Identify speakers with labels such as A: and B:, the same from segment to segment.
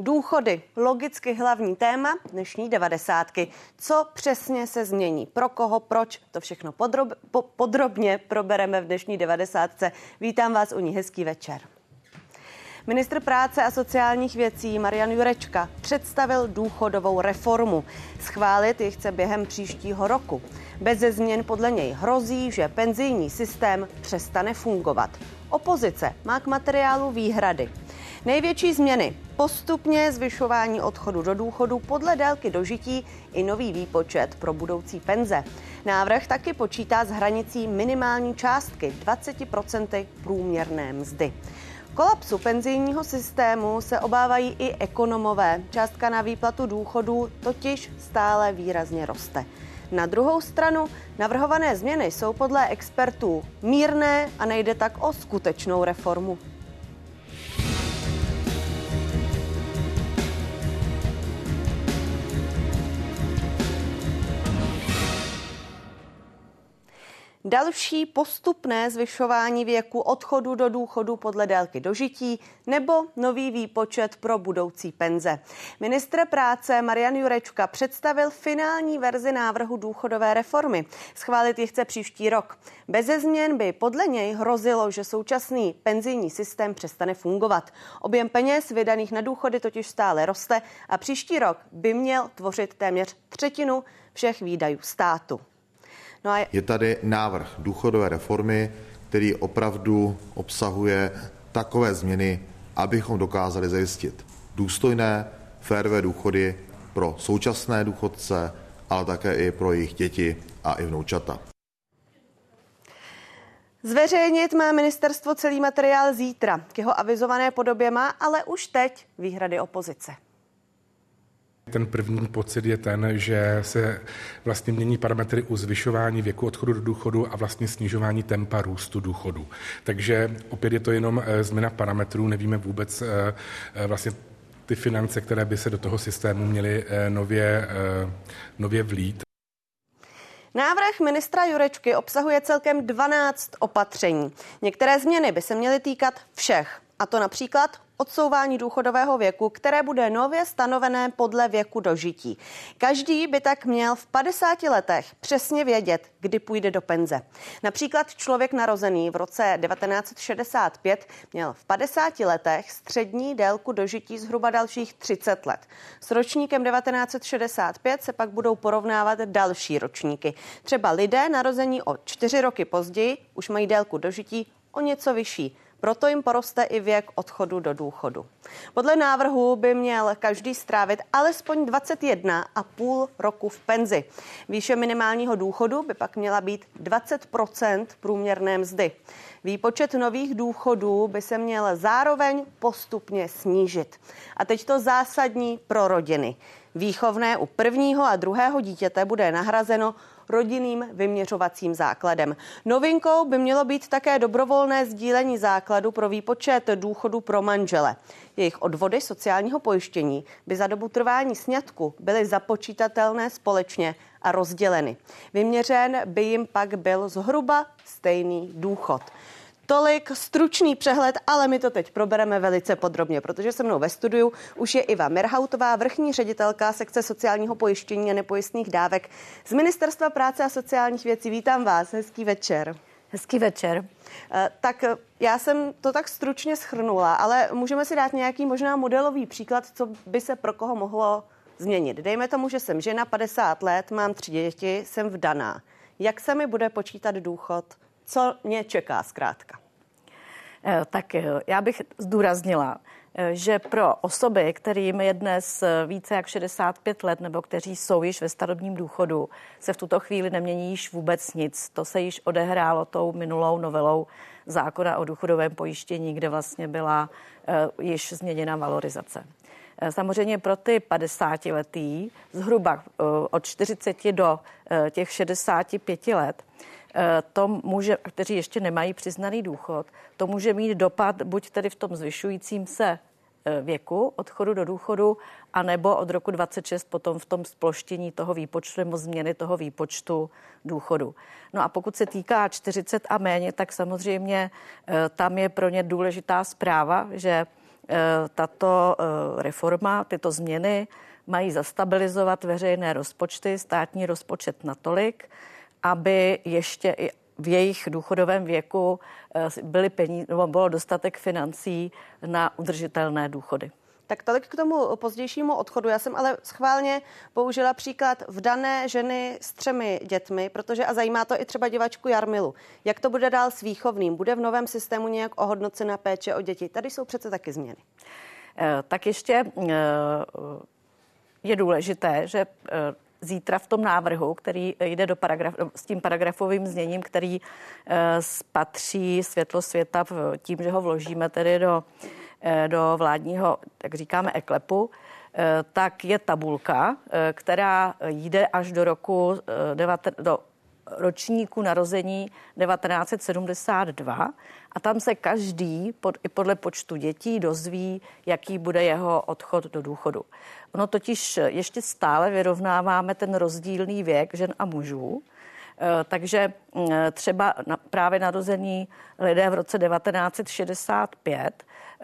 A: Důchody, logicky hlavní téma dnešní 90. Co přesně se změní, pro koho, proč, to všechno podrobně probereme v dnešní 90. Vítám vás u ní, hezký večer. Ministr práce a sociálních věcí Marian Jurečka představil důchodovou reformu. Schválit ji chce během příštího roku. Beze změn podle něj hrozí, že penzijní systém přestane fungovat. Opozice má k materiálu výhrady. Největší změny: postupně zvyšování odchodu do důchodu podle délky dožití i nový výpočet pro budoucí penze. Návrh taky počítá s hranicí minimální částky 20% průměrné mzdy. Kolapsu penzijního systému se obávají i ekonomové. Částka na výplatu důchodů totiž stále výrazně roste. Na druhou stranu navrhované změny jsou podle expertů mírné a nejde tak o skutečnou reformu. Další postupné zvyšování věku odchodu do důchodu podle délky dožití nebo nový výpočet pro budoucí penze. Ministr práce Marian Jurečka představil finální verzi návrhu důchodové reformy. Schválit ji chce příští rok. Beze změn by podle něj hrozilo, že současný penzijní systém přestane fungovat. Objem peněz vydaných na důchody totiž stále roste a příští rok by měl tvořit téměř třetinu všech výdajů státu.
B: Je tady návrh důchodové reformy, který opravdu obsahuje takové změny, abychom dokázali zajistit důstojné, férové důchody pro současné důchodce, ale také i pro jejich děti a i vnoučata.
A: Zveřejnit má ministerstvo celý materiál zítra. K jeho avizované podobě má ale už teď výhrady opozice.
C: Ten první pocit je ten, že se vlastně mění parametry u zvyšování věku odchodu do důchodu a vlastně snižování tempa růstu důchodu. Takže opět je to jenom změna parametrů, nevíme vůbec vlastně ty finance, které by se do toho systému měly nově vlít.
A: Návrh ministra Jurečky obsahuje celkem 12 opatření. Některé změny by se měly týkat všech, a to například odsouvání důchodového věku, které bude nově stanovené podle věku dožití. Každý by tak měl v 50 letech přesně vědět, kdy půjde do penze. Například člověk narozený v roce 1965 měl v 50 letech střední délku dožití zhruba dalších 30 let. S ročníkem 1965 se pak budou porovnávat další ročníky. Třeba lidé narození o 4 roky později už mají délku dožití o něco vyšší. Proto jim poroste i věk odchodu do důchodu. Podle návrhu by měl každý strávit alespoň 21,5 roku v penzi. Výše minimálního důchodu by pak měla být 20% průměrné mzdy. Výpočet nových důchodů by se měl zároveň postupně snížit. A teď to zásadní pro rodiny. Výchovné u prvního a druhého dítěte bude nahrazeno rodinným vyměřovacím základem. Novinkou by mělo být také dobrovolné sdílení základu pro výpočet důchodu pro manžele. Jejich odvody sociálního pojištění by za dobu trvání sňatku byly započítatelné společně a rozděleny. Vyměřen by jim pak byl zhruba stejný důchod. Tolik stručný přehled, ale my to teď probereme velice podrobně, protože se mnou ve studiu už je Iva Merhautová, vrchní ředitelka sekce sociálního pojištění a nepojistných dávek z Ministerstva práce a sociálních věcí. Vítám vás, hezký večer.
D: Hezký večer.
A: Tak já jsem to tak stručně shrnula, ale můžeme si dát nějaký možná modelový příklad, co by se pro koho mohlo změnit. Dejme tomu, že jsem žena, 50 let, mám 3 děti, jsem vdaná. Jak se mi bude počítat důchod? Co mě čeká zkrátka?
D: Tak já bych zdůraznila, že pro osoby, kterým je dnes více jak 65 let nebo kteří jsou již ve starobním důchodu, se v tuto chvíli nemění již vůbec nic. To se již odehrálo tou minulou novelou zákona o důchodovém pojištění, kde vlastně byla již změněna valorizace. Samozřejmě pro ty 50letý, zhruba od 40 do těch 65 let, to může, kteří ještě nemají přiznaný důchod, to může mít dopad buď tedy v tom zvyšujícím se věku odchodu do důchodu, anebo od roku 26 potom v tom sploštění toho výpočtu nebo změny toho výpočtu důchodu. No a pokud se týká 40 a méně, tak samozřejmě tam je pro ně důležitá zpráva, že tato reforma, tyto změny mají zastabilizovat veřejné rozpočty, státní rozpočet natolik, aby ještě i v jejich důchodovém věku bylo dostatek financí na udržitelné důchody.
A: Tak tolik k tomu pozdějšímu odchodu. Já jsem ale schválně použila příklad vdané ženy s 3 dětmi, protože a zajímá to i třeba divačku Jarmilu. Jak to bude dál s výchovným? Bude v novém systému nějak ohodnocena péče o děti? Tady jsou přece taky změny.
D: Tak ještě je důležité, že zítra v tom návrhu, který jde s tím paragrafovým zněním, který spatří světlo světa tím, že ho vložíme tedy do vládního, tak říkáme, eklepu, tak je tabulka, která jde až do do ročníku narození 1972 a tam se každý i podle počtu dětí dozví, jaký bude jeho odchod do důchodu. Ono totiž ještě stále vyrovnáváme ten rozdílný věk žen a mužů, takže třeba právě narození lidé v roce 1965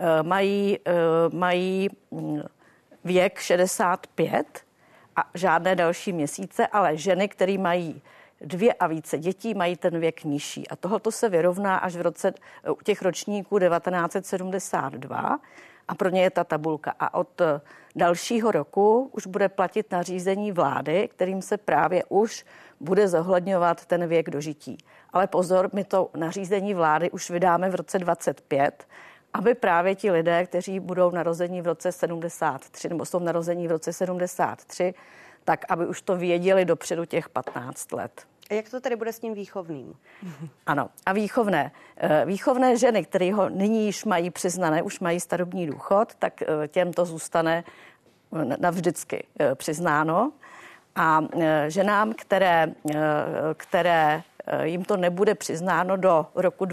D: mají věk 65 a žádné další měsíce, ale ženy, které mají 2 a více dětí, mají ten věk nižší. A tohoto se vyrovná až v roce u těch ročníků 1972 a pro ně je ta tabulka. A od dalšího roku už bude platit nařízení vlády, kterým se právě už bude zohledňovat ten věk dožití. Ale pozor, my to nařízení vlády už vydáme v roce 2025, aby právě ti lidé, kteří budou narození v roce 73 nebo jsou narození v roce 73, tak aby už to věděli dopředu těch 15 let.
A: A jak to tedy bude s tím výchovným?
D: Ano, a výchovné. Výchovné ženy, které ho nyní již mají přiznané, už mají starobní důchod, tak těm to zůstane navždycky přiznáno. A ženám, které jim to nebude přiznáno do roku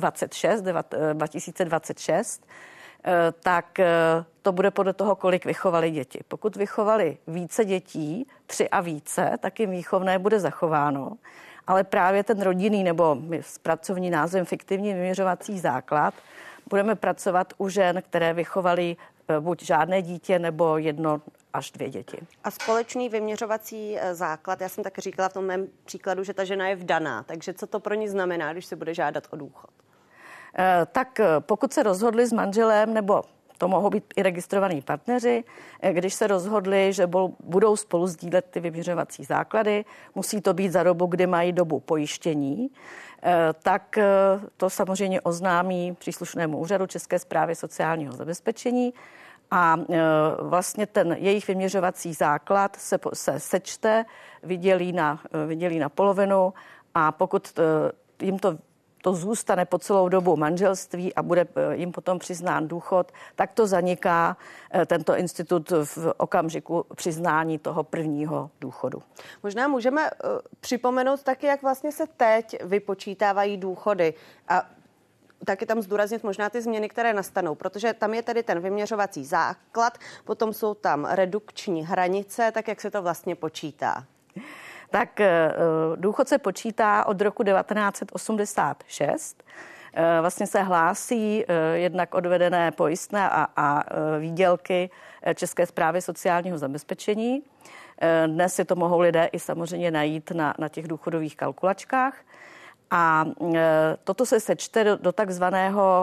D: 2026, tak to bude podle toho, kolik vychovali děti. Pokud vychovali více dětí, 3 a více, tak jim výchovné bude zachováno. Ale právě ten rodinný nebo s pracovní názvem fiktivní vyměřovací základ budeme pracovat u žen, které vychovali buď žádné dítě nebo 1 až 2 děti.
A: A společný vyměřovací základ, já jsem tak říkala v tom mém příkladu, že ta žena je vdaná, takže co to pro ní znamená, když se bude žádat o důchod?
D: Tak pokud se rozhodli s manželem, nebo to mohou být i registrovaní partneři, když se rozhodli, že budou spolu sdílet ty vyměřovací základy, musí to být za dobu, kdy mají dobu pojištění, tak to samozřejmě oznámí příslušnému úřadu České správy sociálního zabezpečení a vlastně ten jejich vyměřovací základ se sečte, vydělí na polovinu a pokud jim to zůstane po celou dobu manželství a bude jim potom přiznán důchod, tak to zaniká tento institut v okamžiku přiznání toho prvního důchodu.
A: Možná můžeme připomenout taky, jak vlastně se teď vypočítávají důchody a taky tam zdůraznit možná ty změny, které nastanou, protože tam je tedy ten vyměřovací základ, potom jsou tam redukční hranice, tak jak se to vlastně počítá?
D: Tak důchod se počítá od roku 1986. Vlastně se hlásí jednak odvedené pojistné a výdělky České správy sociálního zabezpečení. Dnes si to mohou lidé i samozřejmě najít na těch důchodových kalkulačkách. A toto se sečte do takzvaného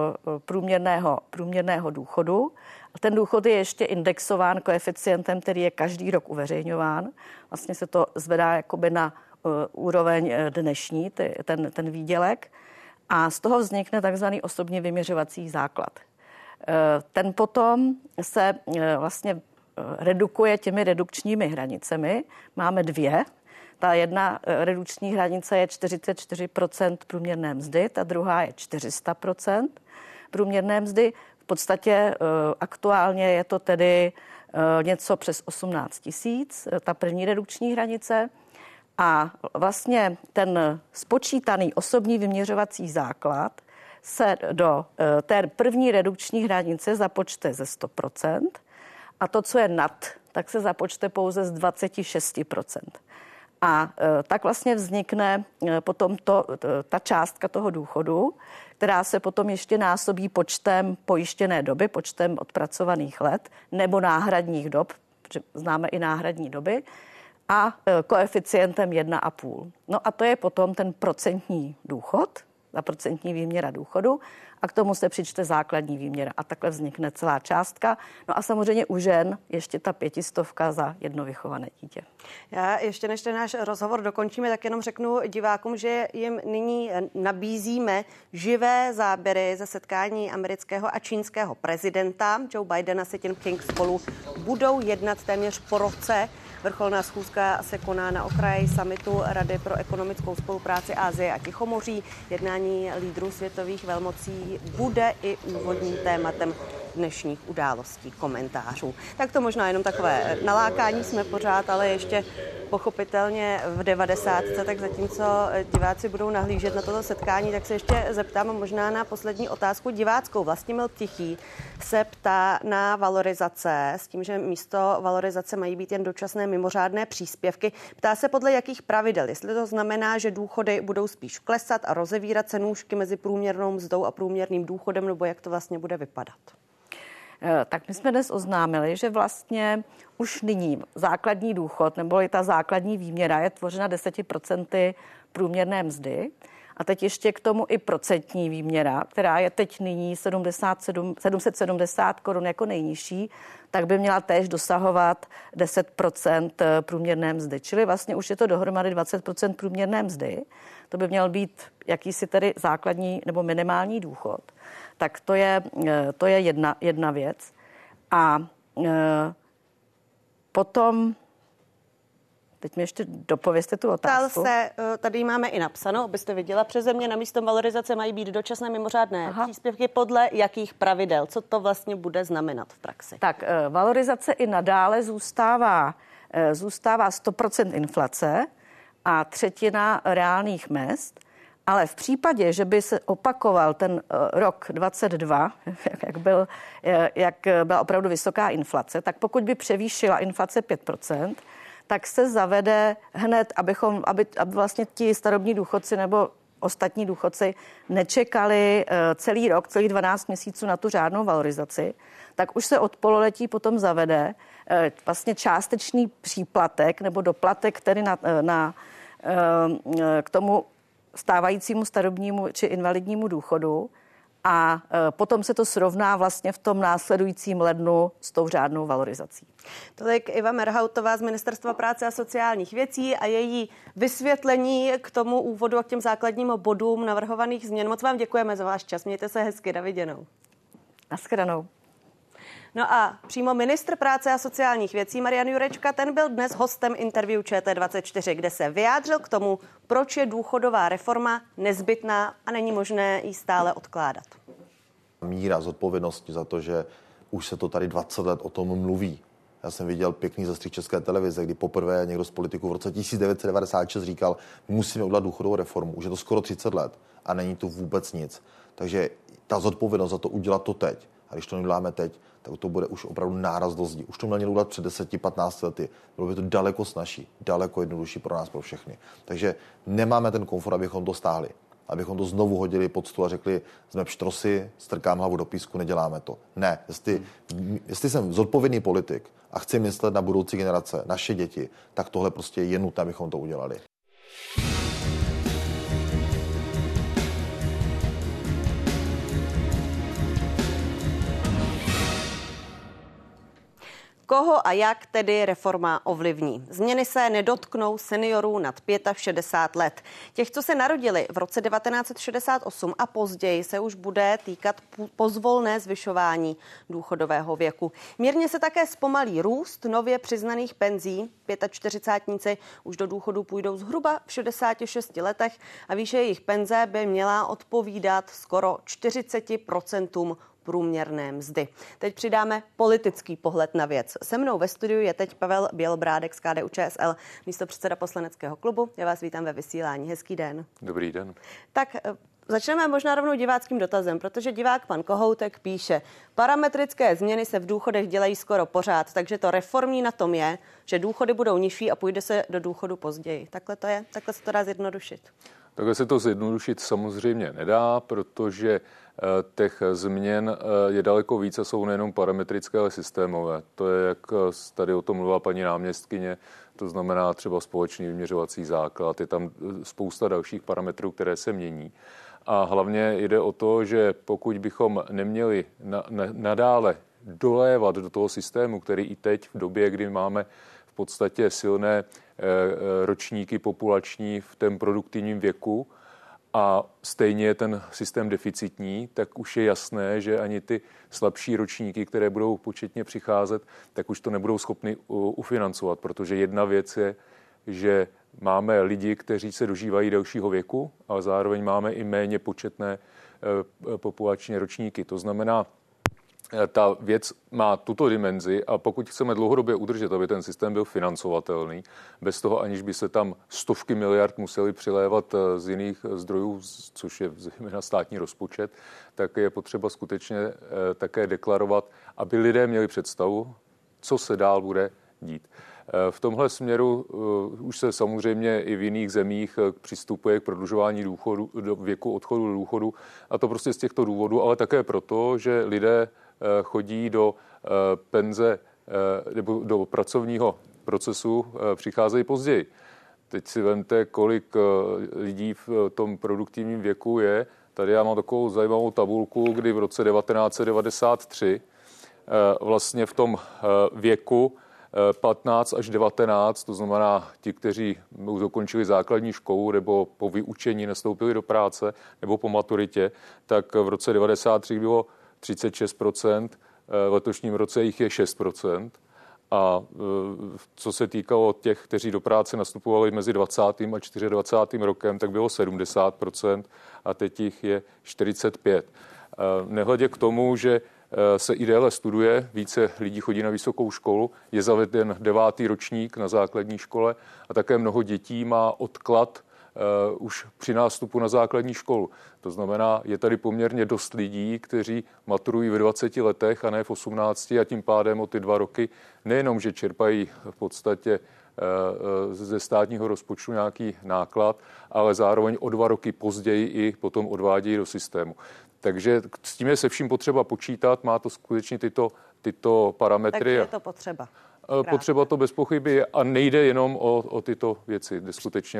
D: průměrného důchodu. Ten důchod je ještě indexován koeficientem, který je každý rok uveřejňován. Vlastně se to zvedá jakoby na úroveň dnešní, ten výdělek. A z toho vznikne takzvaný osobně vyměřovací základ. Ten potom se vlastně redukuje těmi redukčními hranicemi. Máme 2. Ta jedna redukční hranice je 44% průměrné mzdy, ta druhá je 400% průměrné mzdy. V podstatě aktuálně je to tedy něco přes 18 000, ta první redukční hranice. A vlastně ten spočítaný osobní vyměřovací základ se do té první redukční hranice započte ze 100% a to, co je nad, tak se započte pouze z 26%. A tak vlastně vznikne potom ta částka toho důchodu, která se potom ještě násobí počtem pojištěné doby, počtem odpracovaných let nebo náhradních dob, protože známe i náhradní doby, a koeficientem 1,5. No a to je potom ten procentní důchod, ta procentní výměra důchodu, a k tomu se přičte základní výměra a takhle vznikne celá částka. No a samozřejmě u žen ještě ta 500 za jedno vychované dítě.
A: Já ještě než ten náš rozhovor dokončíme, tak jenom řeknu divákům, že jim nyní nabízíme živé záběry ze setkání amerického a čínského prezidenta. Joe Biden a Xi Jinping spolu budou jednat téměř po roce. Vrcholná schůzka se koná na okraji summitu Rady pro ekonomickou spolupráci Asie a Tichomoří. Jednání lídrů světových velmocí bude i úvodním tématem dnešních událostí, komentářů. Tak to možná jenom takové nalákání jsme pořád, ale ještě pochopitelně v 90. Tak zatímco diváci budou nahlížet na toto setkání, tak se ještě zeptám možná na poslední otázku diváckou. Vlastimil Tichý se ptá na valorizace s tím, že místo valorizace mají být jen dočasné mimořádné příspěvky. Ptá se podle jakých pravidel, jestli to znamená, že důchody budou spíš klesat a rozevírat se nůžky mezi průměrnou mzdou a průměrným důchodem, nebo jak to vlastně bude vypadat.
D: Tak my jsme dnes oznámili, že vlastně už nyní základní důchod nebo i ta základní výměra je tvořena 10% průměrné mzdy. A teď ještě k tomu i procentní výměra, která je teď nyní 770 korun jako nejnižší, tak by měla též dosahovat 10% průměrné mzdy. Čili vlastně už je to dohromady 20% průměrné mzdy. To by měl být jakýsi tedy základní nebo minimální důchod. Tak to je jedna věc. A potom, teď mi ještě dopovězte tu otázku.
A: Tady máme i napsáno, abyste viděla přeze mě, na místo valorizace mají být dočasné mimořádné příspěvky podle jakých pravidel. Co to vlastně bude znamenat v praxi?
D: Tak valorizace i nadále zůstává 100% inflace a třetina reálných mezd. Ale v případě, že by se opakoval ten rok 2022, jak byla opravdu vysoká inflace, tak pokud by převýšila inflace 5%, tak se zavede hned, aby vlastně ti starobní důchodci nebo ostatní důchodci nečekali celý rok, celých 12 měsíců na tu řádnou valorizaci, tak už se od pololetí potom zavede vlastně částečný příplatek nebo doplatek, který k tomu stávajícímu starobnímu či invalidnímu důchodu a potom se to srovná vlastně v tom následujícím lednu s tou řádnou valorizací.
A: Tolik Iva Merhautová z Ministerstva práce a sociálních věcí a její vysvětlení k tomu úvodu a k těm základním bodům navrhovaných změn. Moc vám děkujeme za váš čas. Mějte se hezky. Na viděnou.
D: Nashledanou.
A: No a přímo ministr práce a sociálních věcí Marian Jurečka, ten byl dnes hostem interview ČT24, kde se vyjádřil k tomu, proč je důchodová reforma nezbytná a není možné ji stále odkládat.
B: Míra zodpovědnosti za to, že už se to tady 20 let o tom mluví. Já jsem viděl pěkný zastřih České televize, kdy poprvé někdo z politiků v roce 1996 říkal, musíme udělat důchodovou reformu. Už je to skoro 30 let a není tu vůbec nic. Takže ta zodpovědnost za to udělat to teď. A když to neuděláme teď, tak to bude už opravdu náraz do zdi. Už to mělo udělat před 10-15 lety. Bylo by to daleko snazší, daleko jednodušší pro nás, pro všechny. Takže nemáme ten komfort, abychom to stáhli. Abychom to znovu hodili pod stůl a řekli, jsme pštrosy, strkám hlavu do písku, neděláme to. Ne, jestli jsem zodpovědný politik a chci myslet na budoucí generace, naše děti, tak tohle prostě je nutné, abychom to udělali.
A: Koho a jak tedy reforma ovlivní? Změny se nedotknou seniorů nad 65 let. Těch, co se narodili v roce 1968 a později, se už bude týkat pozvolné zvyšování důchodového věku. Mírně se také zpomalí růst nově přiznaných penzí. 45níci už do důchodu půjdou zhruba v 66 letech a výše jejich penze by měla odpovídat skoro 40% průměrné mzdy. Teď přidáme politický pohled na věc. Se mnou ve studiu je teď Pavel Bělobrádek z KDU-ČSL, místopředseda poslaneckého klubu. Já vás vítám ve vysílání. Hezký den.
E: Dobrý den.
A: Tak Začneme možná rovnou diváckým dotazem, protože divák pan Kohoutek píše, parametrické změny se v důchodech dělají skoro pořád, takže to reformní na tom je, že důchody budou nižší a půjde se do důchodu později. Takhle to je, takhle se to dá zjednodušit.
E: Takhle se to zjednodušit samozřejmě nedá, protože těch změn je daleko víc a jsou nejenom parametrické, ale systémové. To je, jak tady o tom mluvila paní náměstkyně, to znamená třeba společný vyměřovací základ, je tam spousta dalších parametrů, které se mění. A hlavně jde o to, že pokud bychom neměli nadále dolévat do toho systému, který i teď v době, kdy máme v podstatě silné ročníky populační v tom produktivním věku a stejně je ten systém deficitní, tak už je jasné, že ani ty slabší ročníky, které budou početně přicházet, tak už to nebudou schopni ufinancovat, protože jedna věc je, že máme lidi, kteří se dožívají delšího věku, ale zároveň máme i méně početné populační ročníky. To znamená, ta věc má tuto dimenzi a pokud chceme dlouhodobě udržet, aby ten systém byl financovatelný, bez toho, aniž by se tam stovky miliard museli přilévat z jiných zdrojů, což je zejména státní rozpočet, tak je potřeba skutečně také deklarovat, aby lidé měli představu, co se dál bude dít. V tomhle směru už se samozřejmě i v jiných zemích přistupuje k prodlužování důchodu, do věku odchodu do důchodu, a to prostě z těchto důvodů, ale také proto, že lidé chodí do penze nebo do pracovního procesu, přicházejí později. Teď si vemte, kolik lidí v tom produktivním věku je. Tady já mám takovou zajímavou tabulku, kdy v roce 1993 vlastně v tom věku 15 až 19, to znamená ti, kteří dokončili základní školu nebo po vyučení nastoupili do práce nebo po maturitě, tak v roce 93 bylo 36%, v letošním roce jich je 6%. A co se týkalo těch, kteří do práce nastupovali mezi 20. a 24. rokem, tak bylo 70% a teď jich je 45%. Nehledě k tomu, že se i déle studuje, více lidí chodí na vysokou školu, je zaveden 9. ročník na základní škole a také mnoho dětí má odklad už při nástupu na základní školu. To znamená, je tady poměrně dost lidí, kteří maturují ve 20 letech a ne v 18 a tím pádem o ty 2 roky nejenom, že čerpají v podstatě ze státního rozpočtu nějaký náklad, ale zároveň o 2 roky později i potom odvádějí do systému. Takže s tím je se vším potřeba počítat, má to skutečně tyto parametry.
A: Takže je to potřeba.
E: Potřeba to bez pochyby a nejde jenom o tyto věci, jde skutečně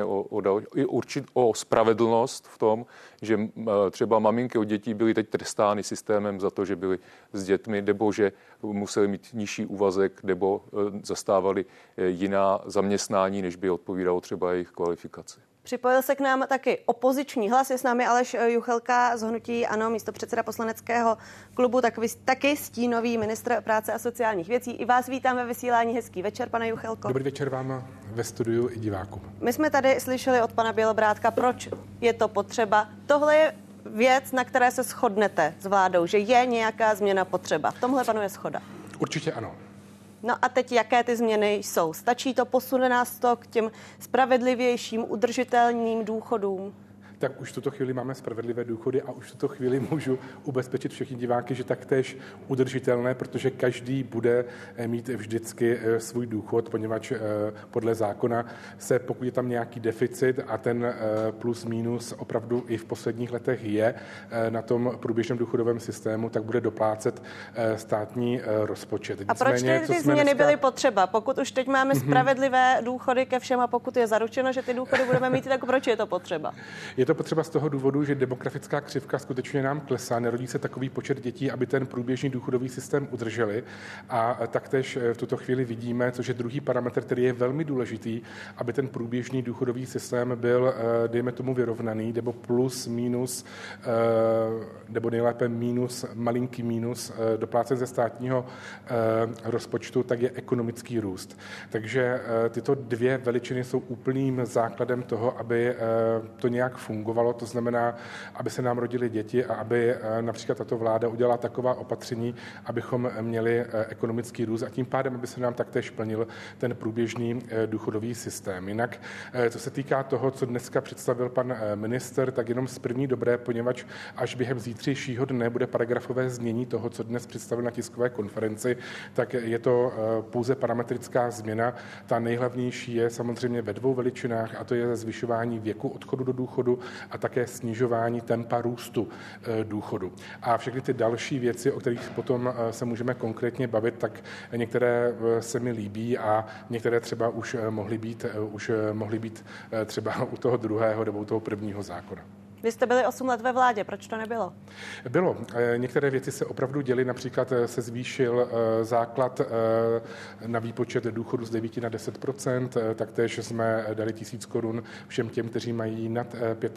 E: o spravedlnost v tom, že třeba maminky od dětí byly teď trestány systémem za to, že byly s dětmi, nebo že museli mít nižší úvazek, nebo zastávali jiná zaměstnání, než by odpovídalo třeba jejich kvalifikaci.
A: Připojil se k nám taky opoziční hlas, je s námi Aleš Juchelka z hnutí ANO, místopředseda poslaneckého klubu, taky stínový ministr práce a sociálních věcí. I vás vítám ve vysílání. Hezký večer, pane Juchelko.
C: Dobrý večer vám ve studiu i divákům.
A: My jsme tady slyšeli od pana Bělobrádka, proč je to potřeba. Tohle je věc, na které se shodnete s vládou, že je nějaká změna potřeba. V tomhle panuje shoda.
C: Určitě ano.
A: No a teď jaké ty změny jsou? Stačí to, posune nás to k těm spravedlivějším, udržitelným důchodům?
C: Tak už v tuto chvíli máme spravedlivé důchody a už v tuto chvíli můžu ubezpečit všechny diváky, že taktéž udržitelné, protože každý bude mít vždycky svůj důchod, poněvadž podle zákona se, pokud je tam nějaký deficit a ten plus minus opravdu i v posledních letech je na tom průběžném důchodovém systému, tak bude doplácet státní rozpočet.
A: A proč ty změny byly potřeba? Pokud už teď máme spravedlivé důchody ke všem a pokud je zaručeno, že ty důchody budeme mít, tak proč je to potřeba?
C: Je to potřeba z toho důvodu, že demografická křivka skutečně nám klesá, nerodí se takový počet dětí, aby ten průběžný důchodový systém udrželi. A taktéž v tuto chvíli vidíme, což je druhý parametr, který je velmi důležitý, aby ten průběžný důchodový systém byl, dejme tomu, vyrovnaný, nebo plus, minus, nebo nejlépe minus, malinký minus, doplácen ze státního rozpočtu, tak je ekonomický růst. Takže tyto dvě veličiny jsou úplným základem toho, aby to nějak fungovalo. fungovalo. To znamená, aby se nám rodily děti a aby například tato vláda udělala taková opatření, abychom měli ekonomický růst a tím pádem, aby se nám taktéž plnil ten průběžný důchodový systém. Jinak, co se týká toho, co dneska představil pan minister, tak jenom z první dobré, poněvadž až během zítřejšího dne bude paragrafové znění toho, co dnes představil na tiskové konferenci, tak je to pouze parametrická změna. Ta nejhlavnější je samozřejmě ve dvou veličinách a to je zvyšování věku odchodu do důchodu a také snižování tempa růstu důchodu. A všechny ty další věci, o kterých potom se můžeme konkrétně bavit, tak některé se mi líbí a některé třeba už mohly být třeba u toho druhého nebo u toho prvního zákona.
A: Vy jste byli 8 let ve vládě, proč to nebylo?
C: Bylo. Některé věci se opravdu děly, například se zvýšil základ na výpočet důchodu z 9 na 10%, taktéž jsme dali 1000 korun všem těm, kteří mají nad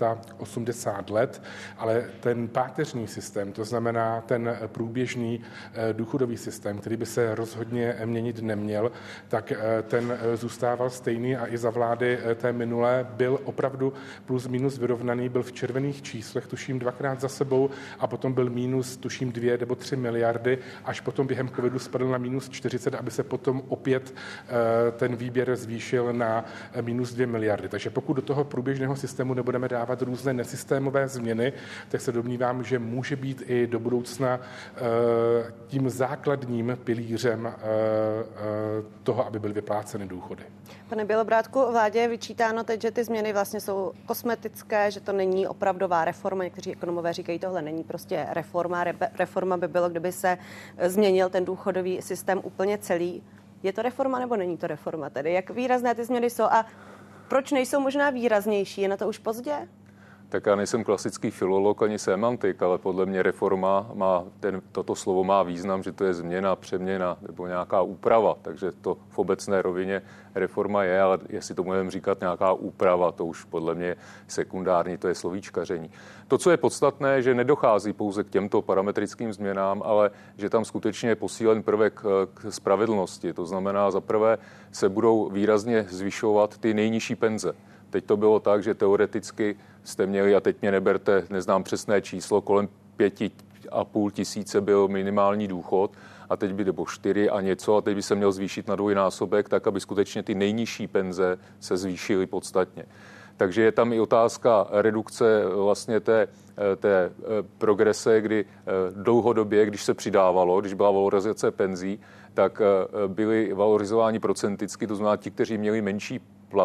C: 85 let, ale ten páteřní systém, to znamená ten průběžný důchodový systém, který by se rozhodně měnit neměl, tak ten zůstával stejný a i za vlády té minulé byl opravdu plus minus vyrovnaný, byl v červených číslech, tuším 2krát za sebou a potom byl mínus, tuším 2 nebo 3 miliardy, až potom během covidu spadl na minus 40, aby se potom opět ten výběr zvýšil na minus 2 miliardy. Takže pokud do toho průběžného systému nebudeme dávat různé nesystémové změny, tak se domnívám, že může být i do budoucna tím základním pilířem toho, aby byly vypláceny důchody.
A: Pane Bělobrádku, vládě je vyčítáno teď, že ty změny vlastně jsou kosmetické, že to není opravdová reforma. Někteří ekonomové říkají, tohle není prostě reforma. Reforma by bylo, kdyby se změnil ten důchodový systém úplně celý. Je to reforma nebo není to reforma? Tedy jak výrazné ty změny jsou a proč nejsou možná výraznější? Je na to už pozdě?
E: Tak já nejsem klasický filolog ani semantik, ale podle mě reforma toto slovo má význam, že to je změna, přeměna nebo nějaká úprava. Takže to v obecné rovině reforma je, ale jestli to můžeme říkat nějaká úprava, to už podle mě je sekundární, to je slovíčkaření. To, co je podstatné, že nedochází pouze k těmto parametrickým změnám, ale že tam skutečně je posílen prvek k spravedlnosti. To znamená, za prvé se budou výrazně zvyšovat ty nejnižší penze. Teď to bylo tak, že teoreticky jste měli, a teď mě neberte, neznám přesné číslo, kolem 5,5 tisíce byl minimální důchod a teď by nebo 4 a něco a teď by se měl zvýšit na dvojnásobek, tak aby skutečně ty nejnižší penze se zvýšily podstatně. Takže je tam i otázka redukce vlastně té progrese, kdy dlouhodobě, když se přidávalo, když byla valorizace penzí, tak byly valorizováni procenticky, to znamená ti, kteří měli menší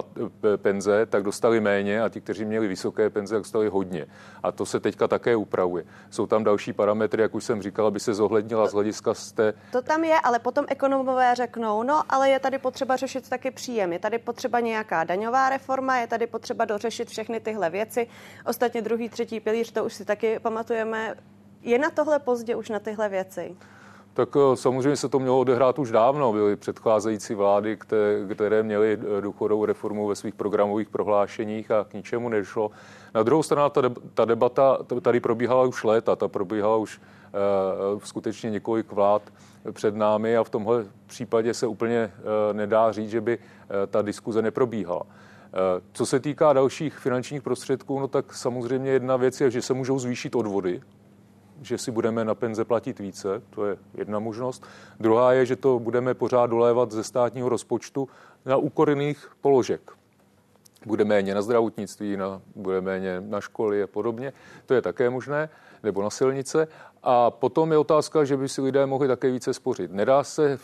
E: penze, tak dostali méně a ti, kteří měli vysoké penze, tak dostali hodně. A to se teďka také upravuje. Jsou tam další parametry, jak už jsem říkal, aby se zohlednila z hlediska z té...
A: To tam je, ale potom ekonomové řeknou, no, ale je tady potřeba řešit taky příjem, je tady potřeba nějaká daňová reforma, je tady potřeba dořešit všechny tyhle věci. Ostatně druhý, třetí pilíř, to už si taky pamatujeme. Je na tohle pozdě už na tyhle věci?
E: Tak samozřejmě se to mělo odehrát už dávno. Byly předcházející vlády, které měly důchodovou reformu ve svých programových prohlášeních a k ničemu nešlo. Na druhou stranu ta debata tady probíhala už léta, ta probíhala už skutečně několik vlád před námi a v tomhle případě se úplně nedá říct, že by ta diskuze neprobíhala. Co se týká dalších finančních prostředků, no tak samozřejmě jedna věc je, že se můžou zvýšit odvody, že si budeme na penze platit více, to je jedna možnost. Druhá je, že to budeme pořád dolévat ze státního rozpočtu na úkor jiných položek. Bude méně na zdravotnictví, bude méně na školy a podobně. To je také možné, nebo na silnice. A potom je otázka, že by si lidé mohli také více spořit. Nedá se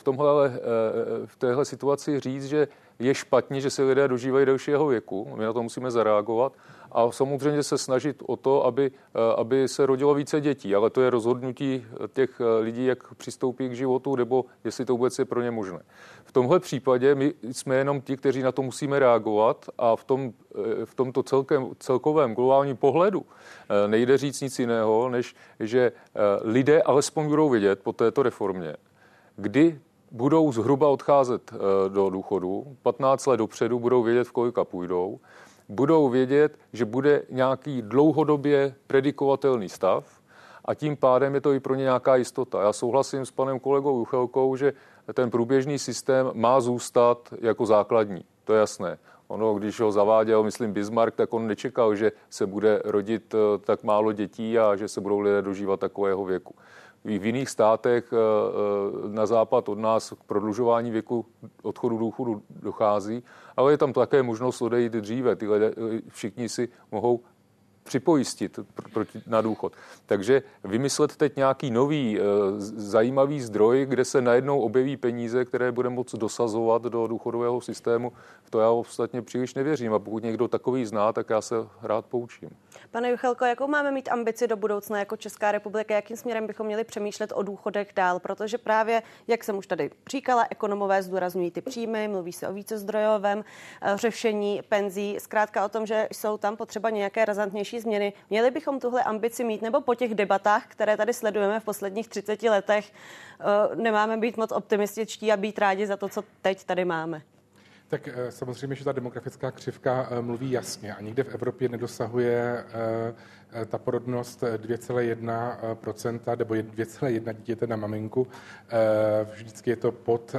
E: v téhle situaci říct, že je špatně, že se lidé dožívají delšího věku. My na to musíme zareagovat. A samozřejmě se snažit o to, aby se rodilo více dětí. Ale to je rozhodnutí těch lidí, jak přistoupí k životu, nebo jestli to vůbec je pro ně možné. V tomhle případě my jsme jenom ti, kteří na to musíme reagovat a v tomto celkovém globálním pohledu nejde říct nic jiného, než že lidé alespoň budou vědět po této reformě, kdy budou zhruba odcházet do důchodu, 15 let dopředu budou vědět, v kolika půjdou, budou vědět, že bude nějaký dlouhodobě predikovatelný stav a tím pádem je to i pro ně nějaká jistota. Já souhlasím s panem kolegou Juchelkou, že ten průběžný systém má zůstat jako základní. To je jasné. Ono, když ho zaváděl, myslím, Bismarck, tak on nečekal, že se bude rodit tak málo dětí a že se budou lidé dožívat takového věku. V jiných státech na západ od nás k prodlužování věku odchodu důchodu dochází, ale je tam také možnost odejít dříve. Ty lidé všichni si mohou připojistit na důchod. Takže vymyslet teď nějaký nový zajímavý zdroj, kde se najednou objeví peníze, které bude moct dosazovat do důchodového systému, v to já ostatně příliš nevěřím. A pokud někdo takový zná, tak já se rád poučím.
A: Pane Juchelko, jakou máme mít ambici do budoucna jako Česká republika? Jakým směrem bychom měli přemýšlet o důchodech dál? Protože právě, jak jsem už tady říkala, ekonomové zdůrazňují ty příjmy, mluví se o vícezdrojovém řešení penzí, zkrátka o tom, že jsou tam potřeba nějaké razantnější změny. Měli bychom tuhle ambici mít, nebo po těch debatách, které tady sledujeme v posledních 30 letech, nemáme být moc optimističtí a být rádi za to, co teď tady máme?
C: Tak samozřejmě, že ta demografická křivka mluví jasně a nikde v Evropě nedosahuje ta porodnost 2,1% nebo 2,1 dítěte na maminku. Vždycky je to pod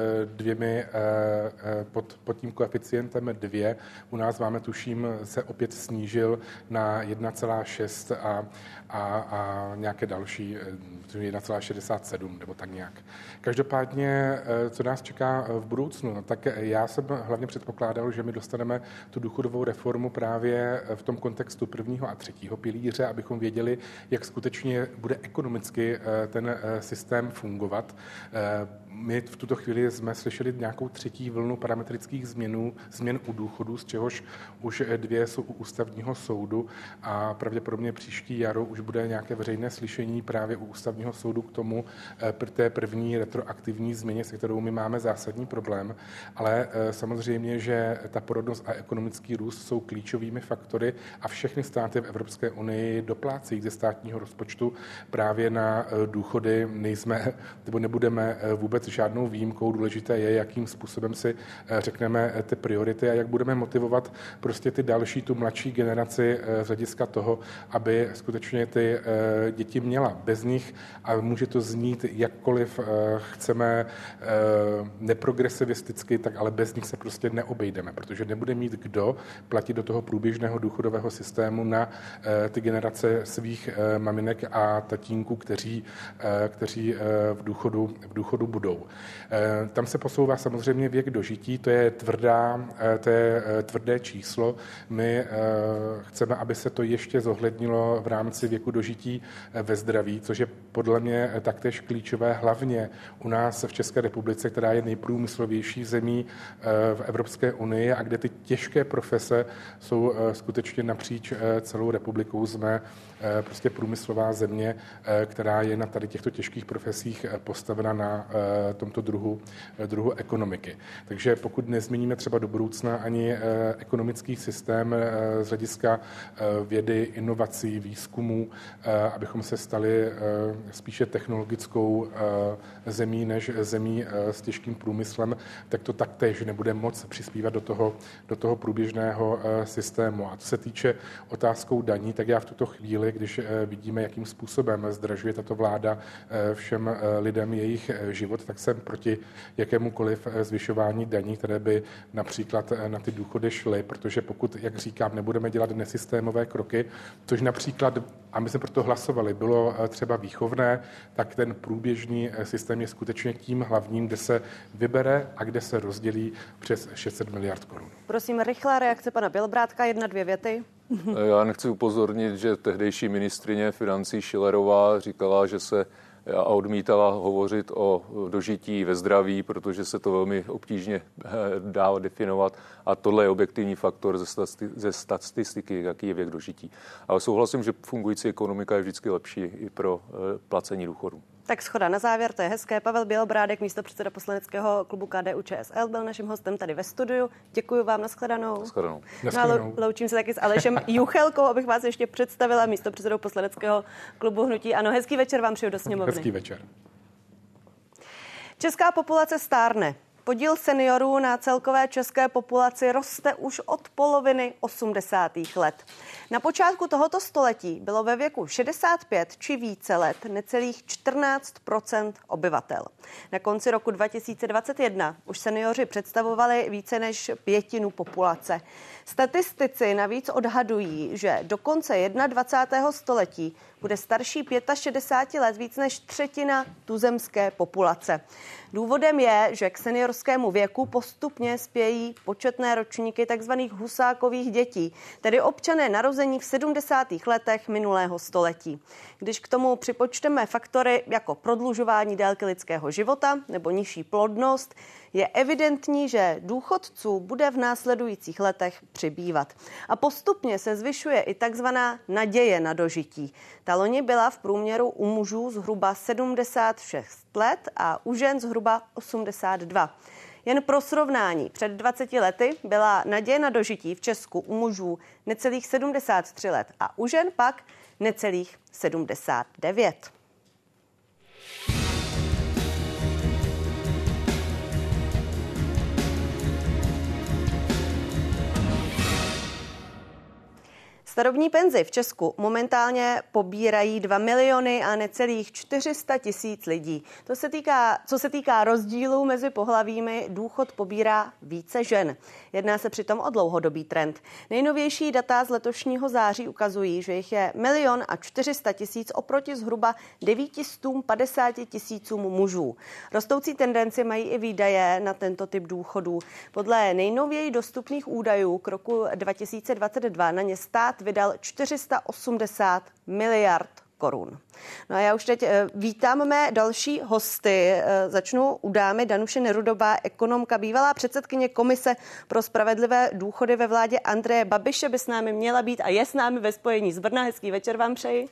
C: tím koeficientem 2. U nás máme, tuším, se opět snížil na 1,6 a nějaké další, 1,67 nebo tak nějak. Každopádně, co nás čeká v budoucnu, tak já jsem hlavně předpokládal, že my dostaneme tu důchodovou reformu právě v tom kontextu prvního a třetího pilíře, abychom věděli, jak skutečně bude ekonomicky ten systém fungovat. My v tuto chvíli jsme slyšeli nějakou třetí vlnu parametrických změn u důchodů, z čehož už 2 jsou u ústavního soudu a pravděpodobně příští jaro už bude nějaké veřejné slyšení právě u ústavního soudu k tomu té první retroaktivní změně, se kterou my máme zásadní problém. Ale samozřejmě, že ta porodnost a ekonomický růst jsou klíčovými faktory a všechny státy v Evropské unii doplácejí ze státního rozpočtu právě na důchody. Nejsme nebo nebudeme vůbec žádnou výjimkou. Důležité je, jakým způsobem si řekneme ty priority a jak budeme motivovat prostě ty další, tu mladší generaci z hlediska toho, aby skutečně ty děti měla. Bez nich, a může to znít jakkoliv chceme neprogresivisticky, tak ale bez nich se prostě neobejdeme, protože nebude mít kdo platit do toho průběžného důchodového systému na ty generace svých maminek a tatínků, kteří v důchodu budou. Tam se posouvá samozřejmě věk dožití, to je tvrdé číslo. My chceme, aby se to ještě zohlednilo v rámci věku dožití ve zdraví, což je podle mě taktéž klíčové, hlavně u nás v České republice, která je nejprůmyslovější zemí v Evropské unii a kde ty těžké profese jsou skutečně napříč celou republikou. Jsme prostě průmyslová země, která je na tady těchto těžkých profesích postavena na tomto druhu ekonomiky. Takže pokud nezměníme třeba do budoucna ani ekonomický systém z hlediska vědy, inovací, výzkumů, abychom se stali spíše technologickou zemí než zemí s těžkým průmyslem, tak to taktéž nebude moc přispívat do toho průběžného systému. A co se týče otázkou daní, tak já v tuto chvíli, když vidíme, jakým způsobem zdražuje tato vláda všem lidem jejich život, tak jsem proti jakémukoliv zvyšování daní, které by například na ty důchody šly, protože pokud, jak říkám, nebudeme dělat nesystémové kroky, což například, a my jsme proto hlasovali, bylo třeba výchovné, tak ten průběžný systém je skutečně tím hlavním, kde se vybere a kde se rozdělí přes 600 miliard korun.
A: Prosím, rychlá reakce pana Bělobrádka, 1-2 věty.
E: Já nechci upozornit, že tehdejší ministryně financí Schillerová říkala, že se a odmítala hovořit o dožití ve zdraví, protože se to velmi obtížně dá definovat a tohle je objektivní faktor ze statistiky, jaký je věk dožití. Ale souhlasím, že fungující ekonomika je vždycky lepší i pro placení důchodu.
A: Tak shoda na závěr, to je hezké. Pavel Bělobrádek, místopředseda poslaneckého klubu KDU-ČSL, byl naším hostem tady ve studiu. Děkuji vám, nashledanou.
E: Nashledanou.
A: Loučím se taky s Alešem Juchelkou, abych vás ještě představila, místopředsedou poslaneckého klubu Hnutí ANO. Hezký večer vám přeju do sněmovny.
C: Hezký večer.
A: Česká populace stárne. Podíl seniorů na celkové české populaci roste už od poloviny 80. let. Na počátku tohoto století bylo ve věku 65 či více let necelých 14% obyvatel. Na konci roku 2021 už seniori představovali více než pětinu populace. Statistici navíc odhadují, že do konce 21. století bude starší 65 let víc než třetina tuzemské populace. Důvodem je, že k seniorskému věku postupně spějí početné ročníky tzv. Husákových dětí, tedy občané narození v 70. letech minulého století. Když k tomu připočteme faktory jako prodlužování délky lidského života nebo nižší plodnost, je evidentní, že důchodců bude v následujících letech přibývat. A postupně se zvyšuje i takzvaná naděje na dožití. Ta loni byla v průměru u mužů zhruba 76 let a u žen zhruba 82. Jen pro srovnání, před 20 lety byla naděje na dožití v Česku u mužů necelých 73 let a u žen pak necelých 79. Starobní penzi v Česku momentálně pobírají 2 miliony a necelých 400 000 lidí. Co se týká rozdílů mezi pohlavími, důchod pobírá více žen. Jedná se přitom o dlouhodobý trend. Nejnovější data z letošního září ukazují, že jich je 1 400 000 oproti zhruba 950 000 mužů. Rostoucí tendenci mají i výdaje na tento typ důchodů. Podle nejnověji dostupných údajů k roku 2022 na ně stát vydal 480 miliard korun. No a já už teď vítám mé další hosty. Začnu u dámy Danuše Nerudová, ekonomka, bývalá předsedkyně Komise pro spravedlivé důchody ve vládě Andreje Babiše by s námi měla být a je s námi ve spojení z Brna. Hezký večer vám přeji.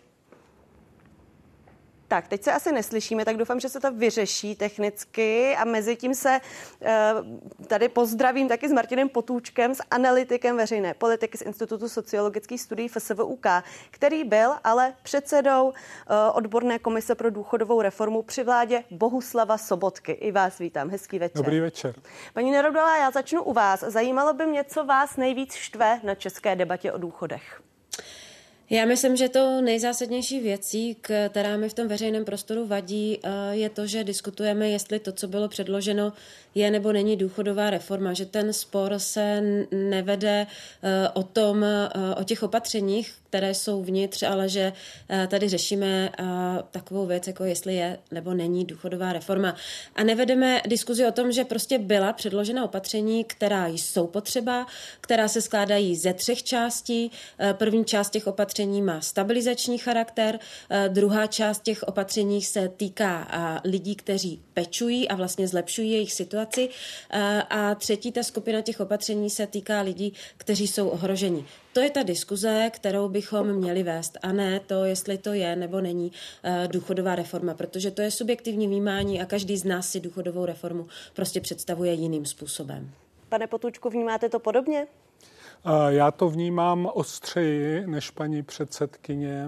A: Tak, teď se asi neslyšíme, tak doufám, že se to vyřeší technicky a mezi tím se tady pozdravím taky s Martinem Potůčkem, s analytikem veřejné politiky z Institutu sociologických studií FSVUK, který byl ale předsedou odborné komise pro důchodovou reformu při vládě Bohuslava Sobotky. I vás vítám, hezký večer.
F: Dobrý večer.
A: Paní Nerudová, já začnu u vás. Zajímalo by mě, co vás nejvíc štve na české debatě o důchodech.
G: Já myslím, že to nejzásadnější věcí, která mi v tom veřejném prostoru vadí, je to, že diskutujeme, jestli to, co bylo předloženo, je nebo není důchodová reforma, že ten spor se nevede o těch opatřeních, které jsou vnitř, ale že tady řešíme takovou věc, jako jestli je nebo není důchodová reforma. A nevedeme diskuzi o tom, že prostě byla předložena opatření, která jsou potřeba, která se skládají ze 3 částí. První část těch opatření má stabilizační charakter, druhá část těch opatření se týká lidí, kteří pečují a vlastně zlepšují jejich situaci a třetí ta skupina těch opatření se týká lidí, kteří jsou ohroženi. To je ta diskuze, kterou bychom měli vést a ne to, jestli to je nebo není důchodová reforma, protože to je subjektivní vnímání a každý z nás si důchodovou reformu prostě představuje jiným způsobem.
A: Pane Potůčku, vnímáte to podobně?
F: Já to vnímám ostřeji než paní předsedkyně.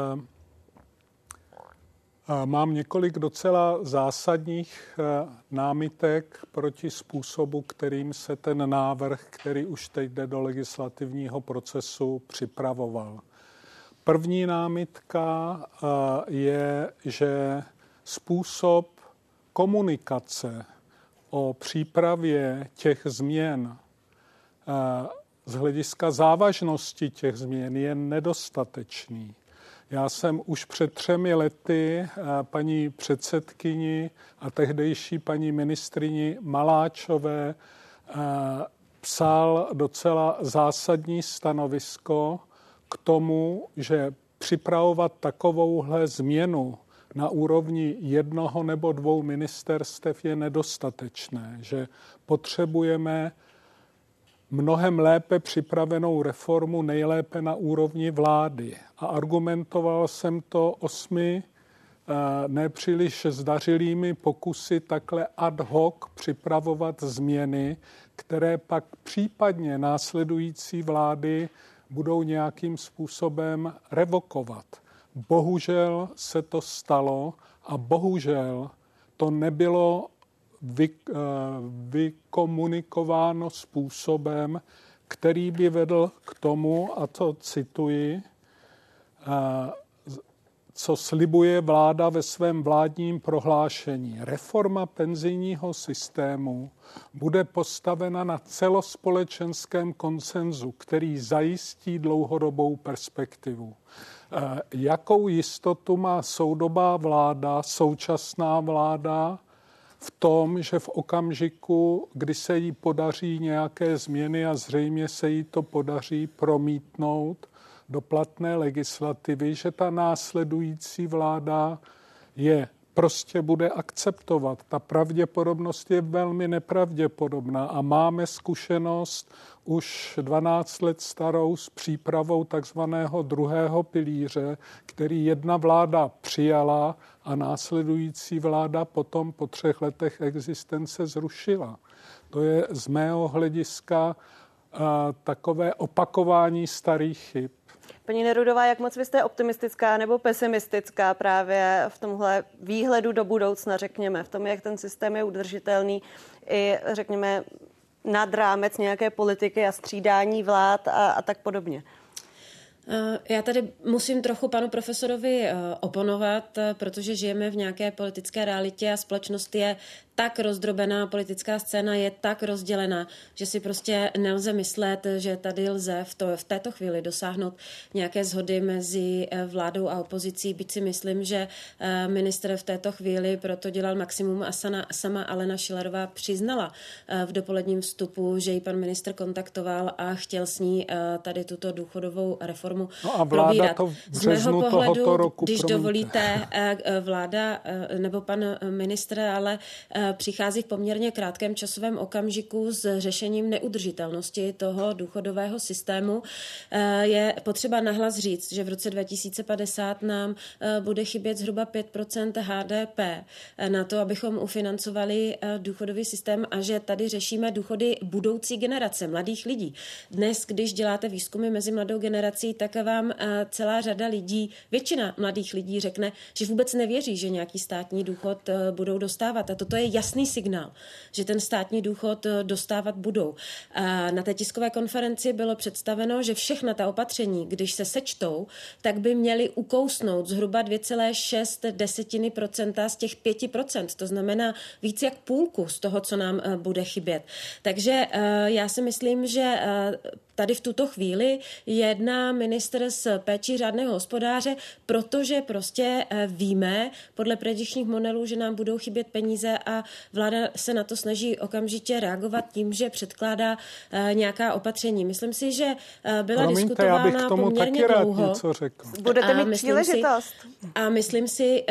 F: Mám několik docela zásadních námitek proti způsobu, kterým se ten návrh, který už teď jde do legislativního procesu, připravoval. První námitka je, že způsob komunikace o přípravě těch změn z hlediska závažnosti těch změn je nedostatečný. Já jsem už před 3 lety paní předsedkyni a tehdejší paní ministryni Maláčové psal docela zásadní stanovisko k tomu, že připravovat takovouhle změnu na úrovni 1 nebo 2 ministerstev je nedostatečné, že potřebujeme mnohem lépe připravenou reformu, nejlépe na úrovni vlády. A argumentoval jsem to 8 nepříliš zdařilými pokusy takhle ad hoc připravovat změny, které pak případně následující vlády budou nějakým způsobem revokovat. Bohužel se to stalo a bohužel to nebylo vykomunikováno způsobem, který by vedl k tomu, a to cituji, co slibuje vláda ve svém vládním prohlášení. Reforma penzijního systému bude postavena na celospolečenském konsenzu, který zajistí dlouhodobou perspektivu. Jakou jistotu má soudobá vláda, současná vláda, v tom, že v okamžiku, kdy se jí podaří nějaké změny a zřejmě se jí to podaří promítnout do platné legislativy, že ta následující vláda je prostě bude akceptovat. Ta pravděpodobnost je velmi nepravděpodobná a máme zkušenost už 12 let starou s přípravou takzvaného druhého pilíře, který jedna vláda přijala a následující vláda potom po 3 letech existence zrušila. To je z mého hlediska takové opakování starých chyb.
A: Paní Nerudová, jak moc vy jste optimistická nebo pesimistická právě v tomhle výhledu do budoucna, řekněme, v tom, jak ten systém je udržitelný i, řekněme, nad rámec nějaké politiky a střídání vlád a tak podobně?
G: Já tady musím trochu panu profesorovi oponovat, protože žijeme v nějaké politické realitě a společnost je tak rozdrobená, politická scéna je tak rozdělená, že si prostě nelze myslet, že tady lze v této chvíli dosáhnout nějaké shody mezi vládou a opozicí, byť si myslím, že ministr v této chvíli proto dělal maximum a sama Alena Schillerová přiznala v dopoledním vstupu, že ji pan ministr kontaktoval a chtěl s ní tady tuto důchodovou reformu probírat. Z mého pohledu, když dovolíte, vláda nebo pan ministr ale přichází v poměrně krátkém časovém okamžiku s řešením neudržitelnosti toho důchodového systému. Je potřeba nahlas říct, že v roce 2050 nám bude chybět zhruba 5% HDP na to, abychom ufinancovali důchodový systém a že tady řešíme důchody budoucí generace, mladých lidí. Dnes, když děláte výzkumy mezi mladou generací, tak vám celá řada lidí, většina mladých lidí řekne, že vůbec nevěří, že nějaký státní důchod budou dostávat. A toto je jasný signál, že ten státní důchod dostávat budou. A na té tiskové konferenci bylo představeno, že všechna ta opatření, když se sečtou, tak by měly ukousnout zhruba 2,6% z těch 5%. To znamená víc jak půlku z toho, co nám bude chybět. Takže já si myslím, že tady v tuto chvíli jedná ministr s péčí řádného hospodáře, protože prostě víme podle predikčních modelů, že nám budou chybět peníze a vláda se na to snaží okamžitě reagovat tím, že předkládá nějaká opatření. Myslím si, že byla diskutována poměrně dlouho.
A: Budete mít příležitost.
G: A myslím si,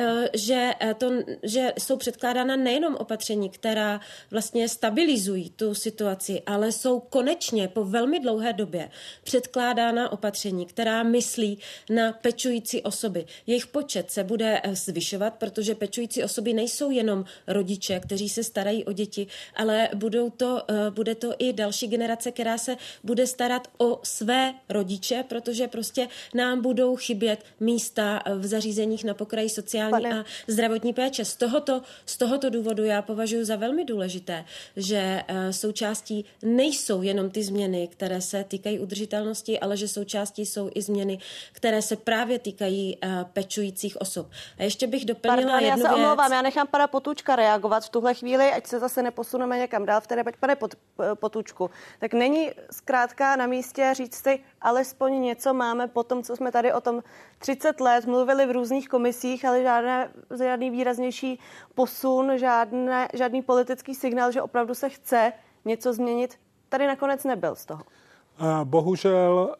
G: že jsou předkládána nejenom opatření, která vlastně stabilizují tu situaci, ale jsou konečně po velmi dlouhé době předkládána opatření, která myslí na pečující osoby. Jejich počet se bude zvyšovat, protože pečující osoby nejsou jenom rodiče, kteří se starají o děti, ale bude to i další generace, která se bude starat o své rodiče, protože prostě nám budou chybět místa v zařízeních na pokraji sociální a zdravotní péče. Z tohoto důvodu já považuji za velmi důležité, že součástí nejsou jenom ty změny, které se týkají udržitelnosti, ale že součástí jsou i změny, které se právě týkají pečujících osob. A ještě bych doplnila jednu věc.
A: Já se omlouvám, já nechám pana Potůčka reagovat v tuhle chvíli, ať se zase neposuneme někam dál v té debatě. Pane Potůčku, tak není zkrátka na místě říct si, alespoň něco máme po tom, co jsme tady o tom 30 let mluvili v různých komisích, ale žádný výraznější posun, žádný politický signál, že opravdu se chce něco změnit, tady nakonec nebyl z toho.
F: Bohužel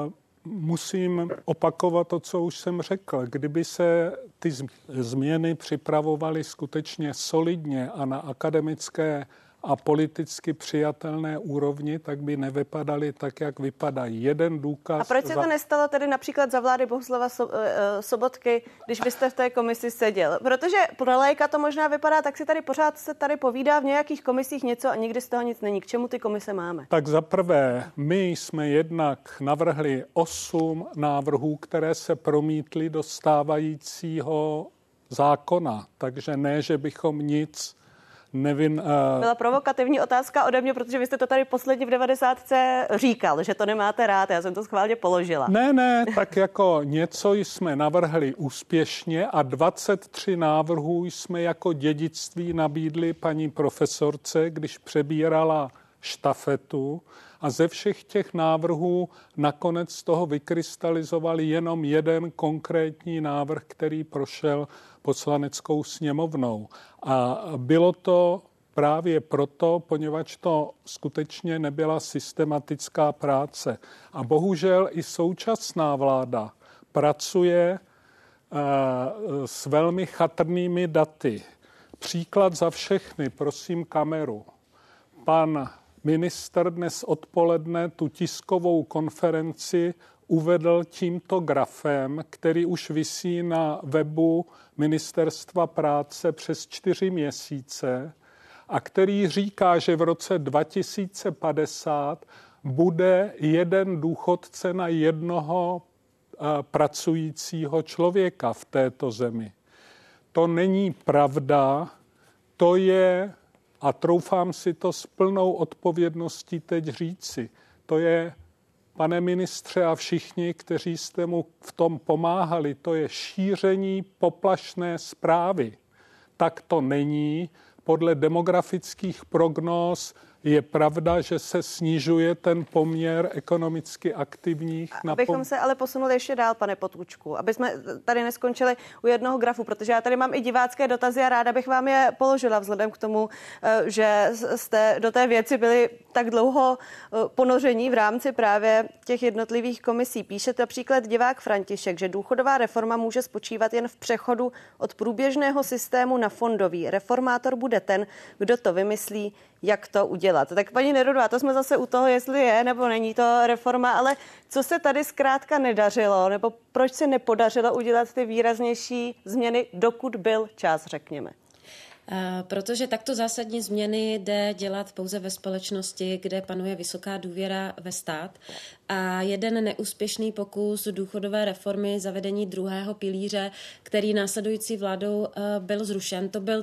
F: musím opakovat to, co už jsem řekl. Kdyby se ty změny připravovaly skutečně solidně a na akademické a politicky přijatelné úrovni, tak by nevypadaly tak, jak vypadají. Jeden důkaz...
A: A proč se to nestalo tedy například za vlády Bohuslava Sobotky, když vy jste v té komisi seděl? Protože pro laika to možná vypadá, tak si tady pořád se tady povídá v nějakých komisích něco a nikdy z toho nic není. K čemu ty komise máme?
F: Tak za prvé, my jsme jednak navrhli 8 návrhů, které se promítly do stávajícího zákona. Takže ne, že bychom nic
A: Byla provokativní otázka ode mě, protože vy jste to tady posledně v 90. říkal, že to nemáte rád, já jsem to schválně položila.
F: Ne, tak jako něco jsme navrhli úspěšně a 23 návrhů jsme jako dědictví nabídli paní profesorce, když přebírala štafetu, a ze všech těch návrhů nakonec z toho vykrystalizoval jenom jeden konkrétní návrh, který prošel Poslaneckou sněmovnou. A bylo to právě proto, poněvadž to skutečně nebyla systematická práce. A bohužel i současná vláda pracuje s velmi chatrnými daty. Příklad za všechny, prosím kameru. Pan ministr dnes odpoledne tu tiskovou konferenci uvedl tímto grafem, který už visí na webu Ministerstva práce přes 4 měsíce a který říká, že v roce 2050 bude jeden důchodce na jednoho pracujícího člověka v této zemi. To není pravda, to je, a troufám si to s plnou odpovědností teď říci, to je, pane ministře a všichni, kteří jste mu v tom pomáhali, to je šíření poplašné zprávy. Tak to není. Podle demografických prognóz je pravda, že se snižuje ten poměr ekonomicky aktivních.
A: Abychom se ale posunuli ještě dál, pane Potůčku, aby jsme tady neskončili u jednoho grafu, protože já tady mám i divácké dotazy a ráda bych vám je položila vzhledem k tomu, že jste do té věci byli tak dlouho ponoření v rámci právě těch jednotlivých komisí. Píše například divák František, že důchodová reforma může spočívat jen v přechodu od průběžného systému na fondový. Reformátor bude ten, kdo to vymyslí, jak to udělat. Tak paní Nerudová, to jsme zase u toho, jestli je nebo není to reforma, ale co se tady zkrátka nedařilo, nebo proč se nepodařilo udělat ty výraznější změny, dokud byl čas, řekněme?
G: Protože takto zásadní změny jde dělat pouze ve společnosti, kde panuje vysoká důvěra ve stát. A jeden neúspěšný pokus důchodové reformy, zavedení druhého pilíře, který následující vládou byl zrušen, to byl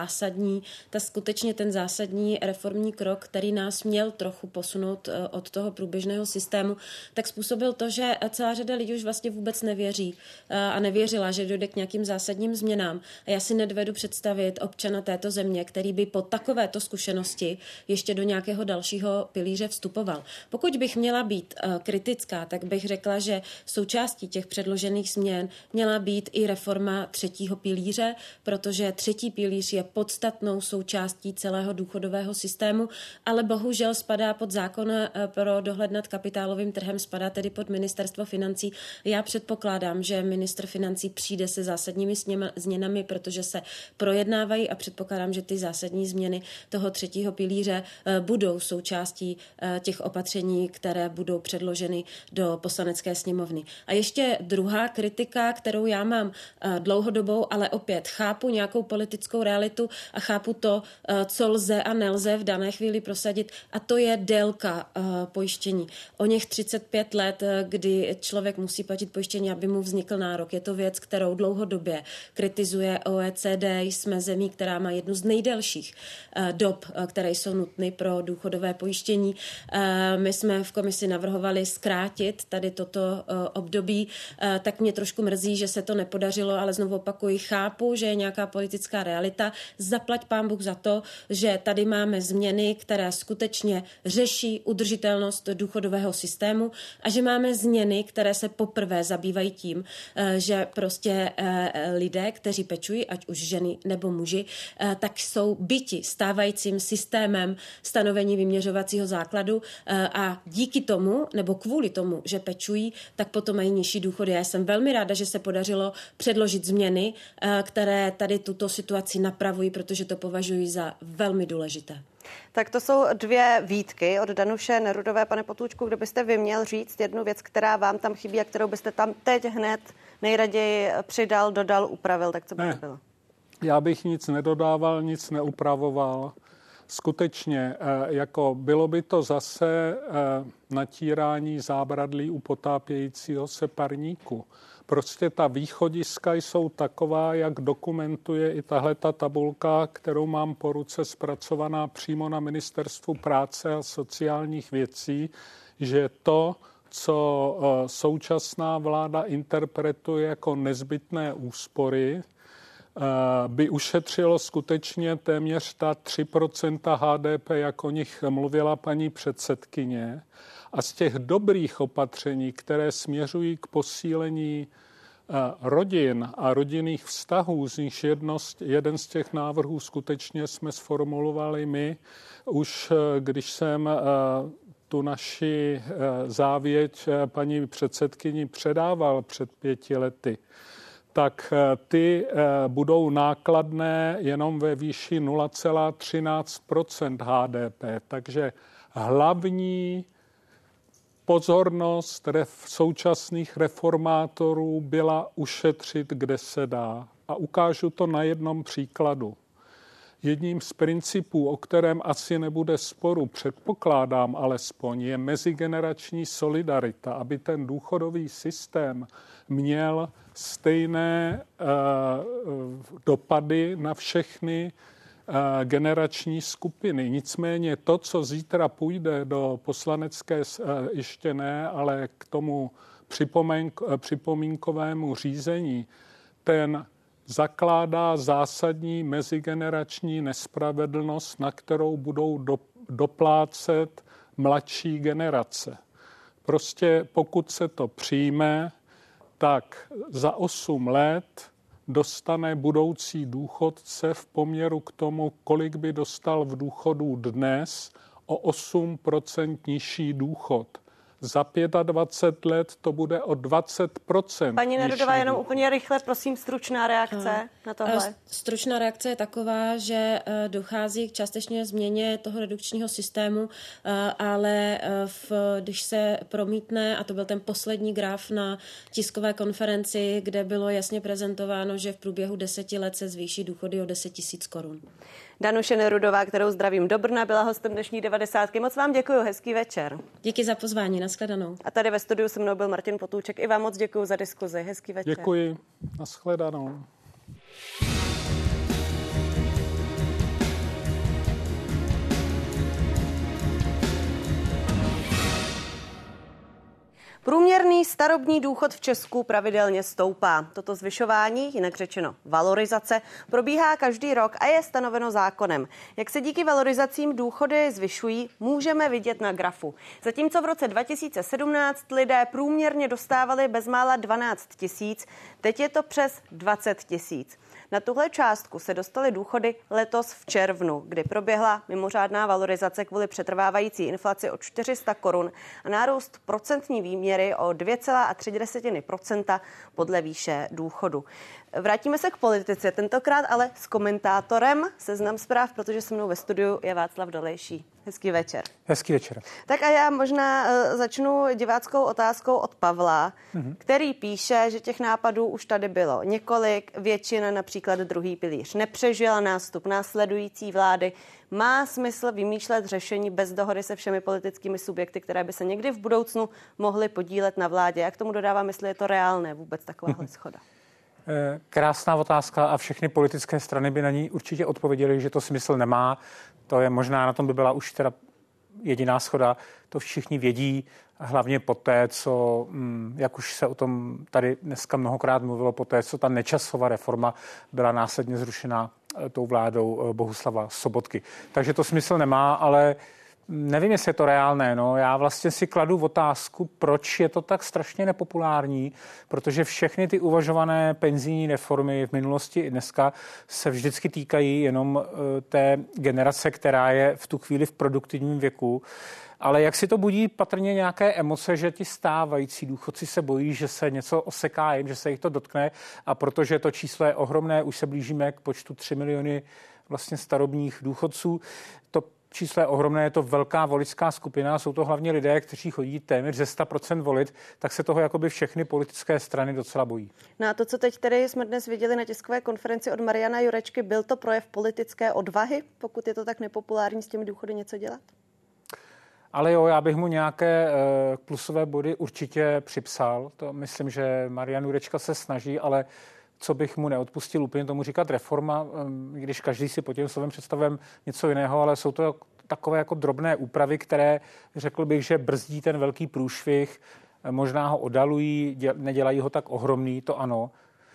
G: skutečně ten zásadní reformní krok, který nás měl trochu posunout od toho průběžného systému, tak způsobil to, že celá řada lidí už vlastně vůbec nevěří a nevěřila, že dojde k nějakým zásadním změnám. A já si nedovedu představit občana této země, který by po takovéto zkušenosti ještě do nějakého dalšího pilíře vstupoval. Pokud bych měla být kritická, tak bych řekla, že součástí těch předložených změn měla být i reforma třetího pilíře, protože třetí pilíř je podstatnou součástí celého důchodového systému, ale bohužel spadá pod zákon pro dohled nad kapitálovým trhem, spadá tedy pod ministerstvo financí. Já předpokládám, že ministr financí přijde se zásadními změnami, protože se projednávají a předpokládám, že ty zásadní změny toho třetího pilíře budou součástí těch opatření, které budou předloženy do Poslanecké sněmovny. A ještě druhá kritika, kterou já mám dlouhodobou, ale opět chápu nějakou politickou realitu a chápu to, co lze a nelze v dané chvíli prosadit, a to je délka pojištění. O něch 35 let, kdy člověk musí platit pojištění, aby mu vznikl nárok. Je to věc, kterou dlouhodobě kritizuje OECD. Jsme zemí, která má jednu z nejdelších dob, které jsou nutné pro důchodové pojištění. My jsme v komisi navrhovali zkrátit tady toto období, tak mě trošku mrzí, že se to nepodařilo, ale znovu opakuji, chápu, že je nějaká politická realita. Zaplať pán Bůh za to, že tady máme změny, které skutečně řeší udržitelnost důchodového systému a že máme změny, které se poprvé zabývají tím, že prostě lidé, kteří pečují, ať už ženy nebo muži, tak jsou byti stávajícím systémem stanovení vyměřovacího základu a díky tomu, nebo kvůli tomu, že pečují, tak potom mají nižší důchody. Já jsem velmi ráda, že se podařilo předložit změny, které tady tuto situaci napravují, protože to považuji za velmi důležité.
A: Tak to jsou dvě výtky od Danuše Nerudové. Pane Potůčku, kdybyste vy měl říct jednu věc, která vám tam chybí a kterou byste tam teď hned nejraději přidal, dodal, upravil, tak co by to bylo?
F: Já bych nic nedodával, nic neupravoval. skutečně jako bylo by to zase natírání zábradlí u potápějícího se parníku. Prostě ta východiska jsou taková, jak dokumentuje i tahleta tabulka, kterou mám po ruce zpracovaná přímo na Ministerstvu práce a sociálních věcí, že to, co současná vláda interpretuje jako nezbytné úspory, by ušetřilo skutečně téměř ta 3% HDP, jak o nich mluvila paní předsedkyně. A z těch dobrých opatření, které směřují k posílení rodin a rodinných vztahů, z nichž jeden z těch návrhů skutečně jsme sformulovali my, už když jsem tu naši závěť paní předsedkyni předával před 5 lety, tak ty budou nákladné jenom ve výši 0,13% HDP. Takže hlavní pozornost současných reformátorů byla ušetřit, kde se dá. A ukážu to na jednom příkladu. Jedním z principů, o kterém asi nebude sporu, předpokládám alespoň, je mezigenerační solidarita, aby ten důchodový systém měl stejné dopady na všechny generační skupiny. Nicméně to, co zítra půjde do poslanecké, ještě ne, ale k tomu připomínkovému řízení, ten zakládá zásadní mezigenerační nespravedlnost, na kterou budou doplácet mladší generace. Prostě pokud se to přijme, tak za 8 let dostane budoucí důchodce v poměru k tomu, kolik by dostal v důchodu dnes, o 8% nižší důchod. Za 25 let to bude o 20%.
A: Paní Nerudová, jenom úplně rychle, prosím, stručná reakce na tohle.
G: Stručná reakce je taková, že dochází k částečné změně toho redukčního systému, ale když se promítne, a to byl ten poslední graf na tiskové konferenci, kde bylo jasně prezentováno, že v průběhu 10 let se zvýší důchody o 10 000 korun.
A: Danuše Nerudová, kterou zdravím do Brna, byla hostem dnešní 90. Moc vám děkuji, hezký večer.
G: Díky za pozvání, nashledanou.
A: A tady ve studiu se mnou byl Martin Potůček. I vám moc děkuji za diskuzi, hezký večer.
F: Děkuji, nashledanou.
A: Průměrný starobní důchod v Česku pravidelně stoupá. Toto zvyšování, jinak řečeno valorizace, probíhá každý rok a je stanoveno zákonem. Jak se díky valorizacím důchody zvyšují, můžeme vidět na grafu. Zatímco v roce 2017 lidé průměrně dostávali bezmála 12 000, teď je to přes 20 000. Na tuhle částku se dostaly důchody letos v červnu, kdy proběhla mimořádná valorizace kvůli přetrvávající inflaci o 400 korun a nárůst procentní výměry o 2,3% podle výše důchodu. Vrátíme se k politice, tentokrát ale s komentátorem Seznam Zpráv, protože se mnou ve studiu je Václav Dolejší. Hezký večer.
H: Hezký večer.
A: Tak a já možná začnu diváckou otázkou od Pavla, který píše, že těch nápadů už tady bylo několik, většina, například druhý pilíř, nepřežila nástup následující vlády. Má smysl vymýšlet řešení bez dohody se všemi politickými subjekty, které by se někdy v budoucnu mohly podílet na vládě? Jak tomu dodávám, jestli je to reálné vůbec takováhle shoda?
H: Krásná otázka a všechny politické strany by na ní určitě odpověděly, že to smysl nemá. To je možná, na tom by byla už teda jediná shoda. To všichni vědí, hlavně poté, co, jak už se o tom tady dneska mnohokrát mluvilo, poté, co ta Nečasova reforma byla následně zrušena tou vládou Bohuslava Sobotky. Takže to smysl nemá, ale nevím, jestli je to reálné. No. Já vlastně si kladu otázku, proč je to tak strašně nepopulární, protože všechny ty uvažované penzijní reformy v minulosti i dneska se vždycky týkají jenom té generace, která je v tu chvíli v produktivním věku. Ale jak si to budí patrně nějaké emoce, že ti stávající důchodci se bojí, že se něco oseká jim, že se jich to dotkne, a protože to číslo je ohromné, už se blížíme k počtu 3 miliony vlastně starobních důchodců, to číslo je ohromné, je to velká voličská skupina, jsou to hlavně lidé, kteří chodí téměř ze 100% volit, tak se toho jakoby všechny politické strany docela bojí.
A: No a to, co teď tedy jsme dnes viděli na tiskové konferenci od Mariana Jurečky, byl to projev politické odvahy, pokud je to tak nepopulární s těmi důchody něco dělat?
H: Ale jo, já bych mu nějaké plusové body určitě připsal. To myslím, že Marian Jurečka se snaží, ale co bych mu neodpustil úplně tomu říkat reforma, když každý si pod tím slovem představujeme něco jiného, ale jsou to takové jako drobné úpravy, které řekl bych, že brzdí ten velký průšvih, možná ho odalují, nedělají ho tak ohromný, to ano.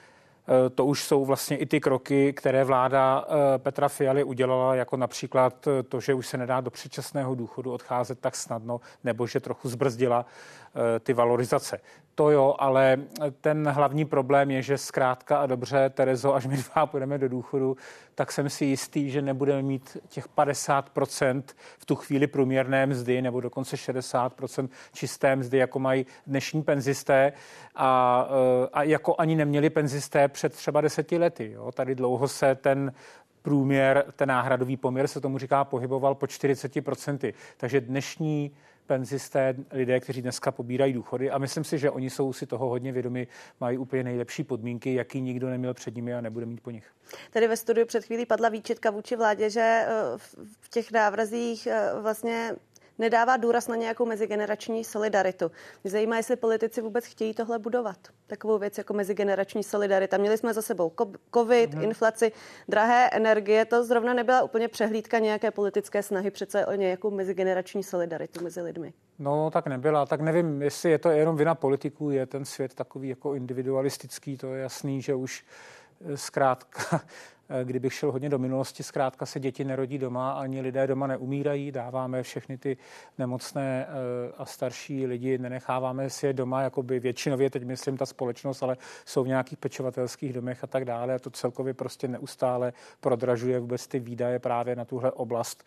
H: To už jsou vlastně i ty kroky, které vláda Petra Fialy udělala, jako například to, že už se nedá do předčasného důchodu odcházet tak snadno, nebo že trochu zbrzdila ty valorizace. To jo, ale ten hlavní problém je, že zkrátka a dobře, Terezo, až my dva půjdeme do důchodu, tak jsem si jistý, že nebudeme mít těch 50% v tu chvíli průměrné mzdy, nebo dokonce 60% čisté mzdy, jako mají dnešní penzisté a jako ani neměli penzisté před třeba 10 lety. Jo. Tady dlouho se ten průměr, ten náhradový poměr se tomu říká, pohyboval po 40%. Takže dnešní penzisté, lidé, kteří dneska pobírají důchody, a myslím si, že oni jsou si toho hodně vědomi, mají úplně nejlepší podmínky, jaký nikdo neměl před nimi a nebude mít po nich. Tady
A: ve studiu před chvílí padla výčitka vůči vládě, že v těch návrzích vlastně nedává důraz na nějakou mezigenerační solidaritu. Mě zajímá, jestli politici vůbec chtějí tohle budovat. Takovou věc jako mezigenerační solidarita. Měli jsme za sebou covid, inflaci, drahé energie. To zrovna nebyla úplně přehlídka nějaké politické snahy přece o nějakou mezigenerační solidaritu mezi lidmi.
H: No, tak nebyla. Tak nevím, jestli je to jenom vina politiků, je ten svět takový jako individualistický. To je jasný, že už zkrátka, kdybych šel hodně do minulosti, zkrátka se děti nerodí doma, ani lidé doma neumírají, dáváme všechny ty nemocné a starší lidi, nenecháváme si je doma, jakoby většinově, teď myslím ta společnost, ale jsou v nějakých pečovatelských domech a tak dále a to celkově prostě neustále prodražuje vůbec ty výdaje právě na tuhle oblast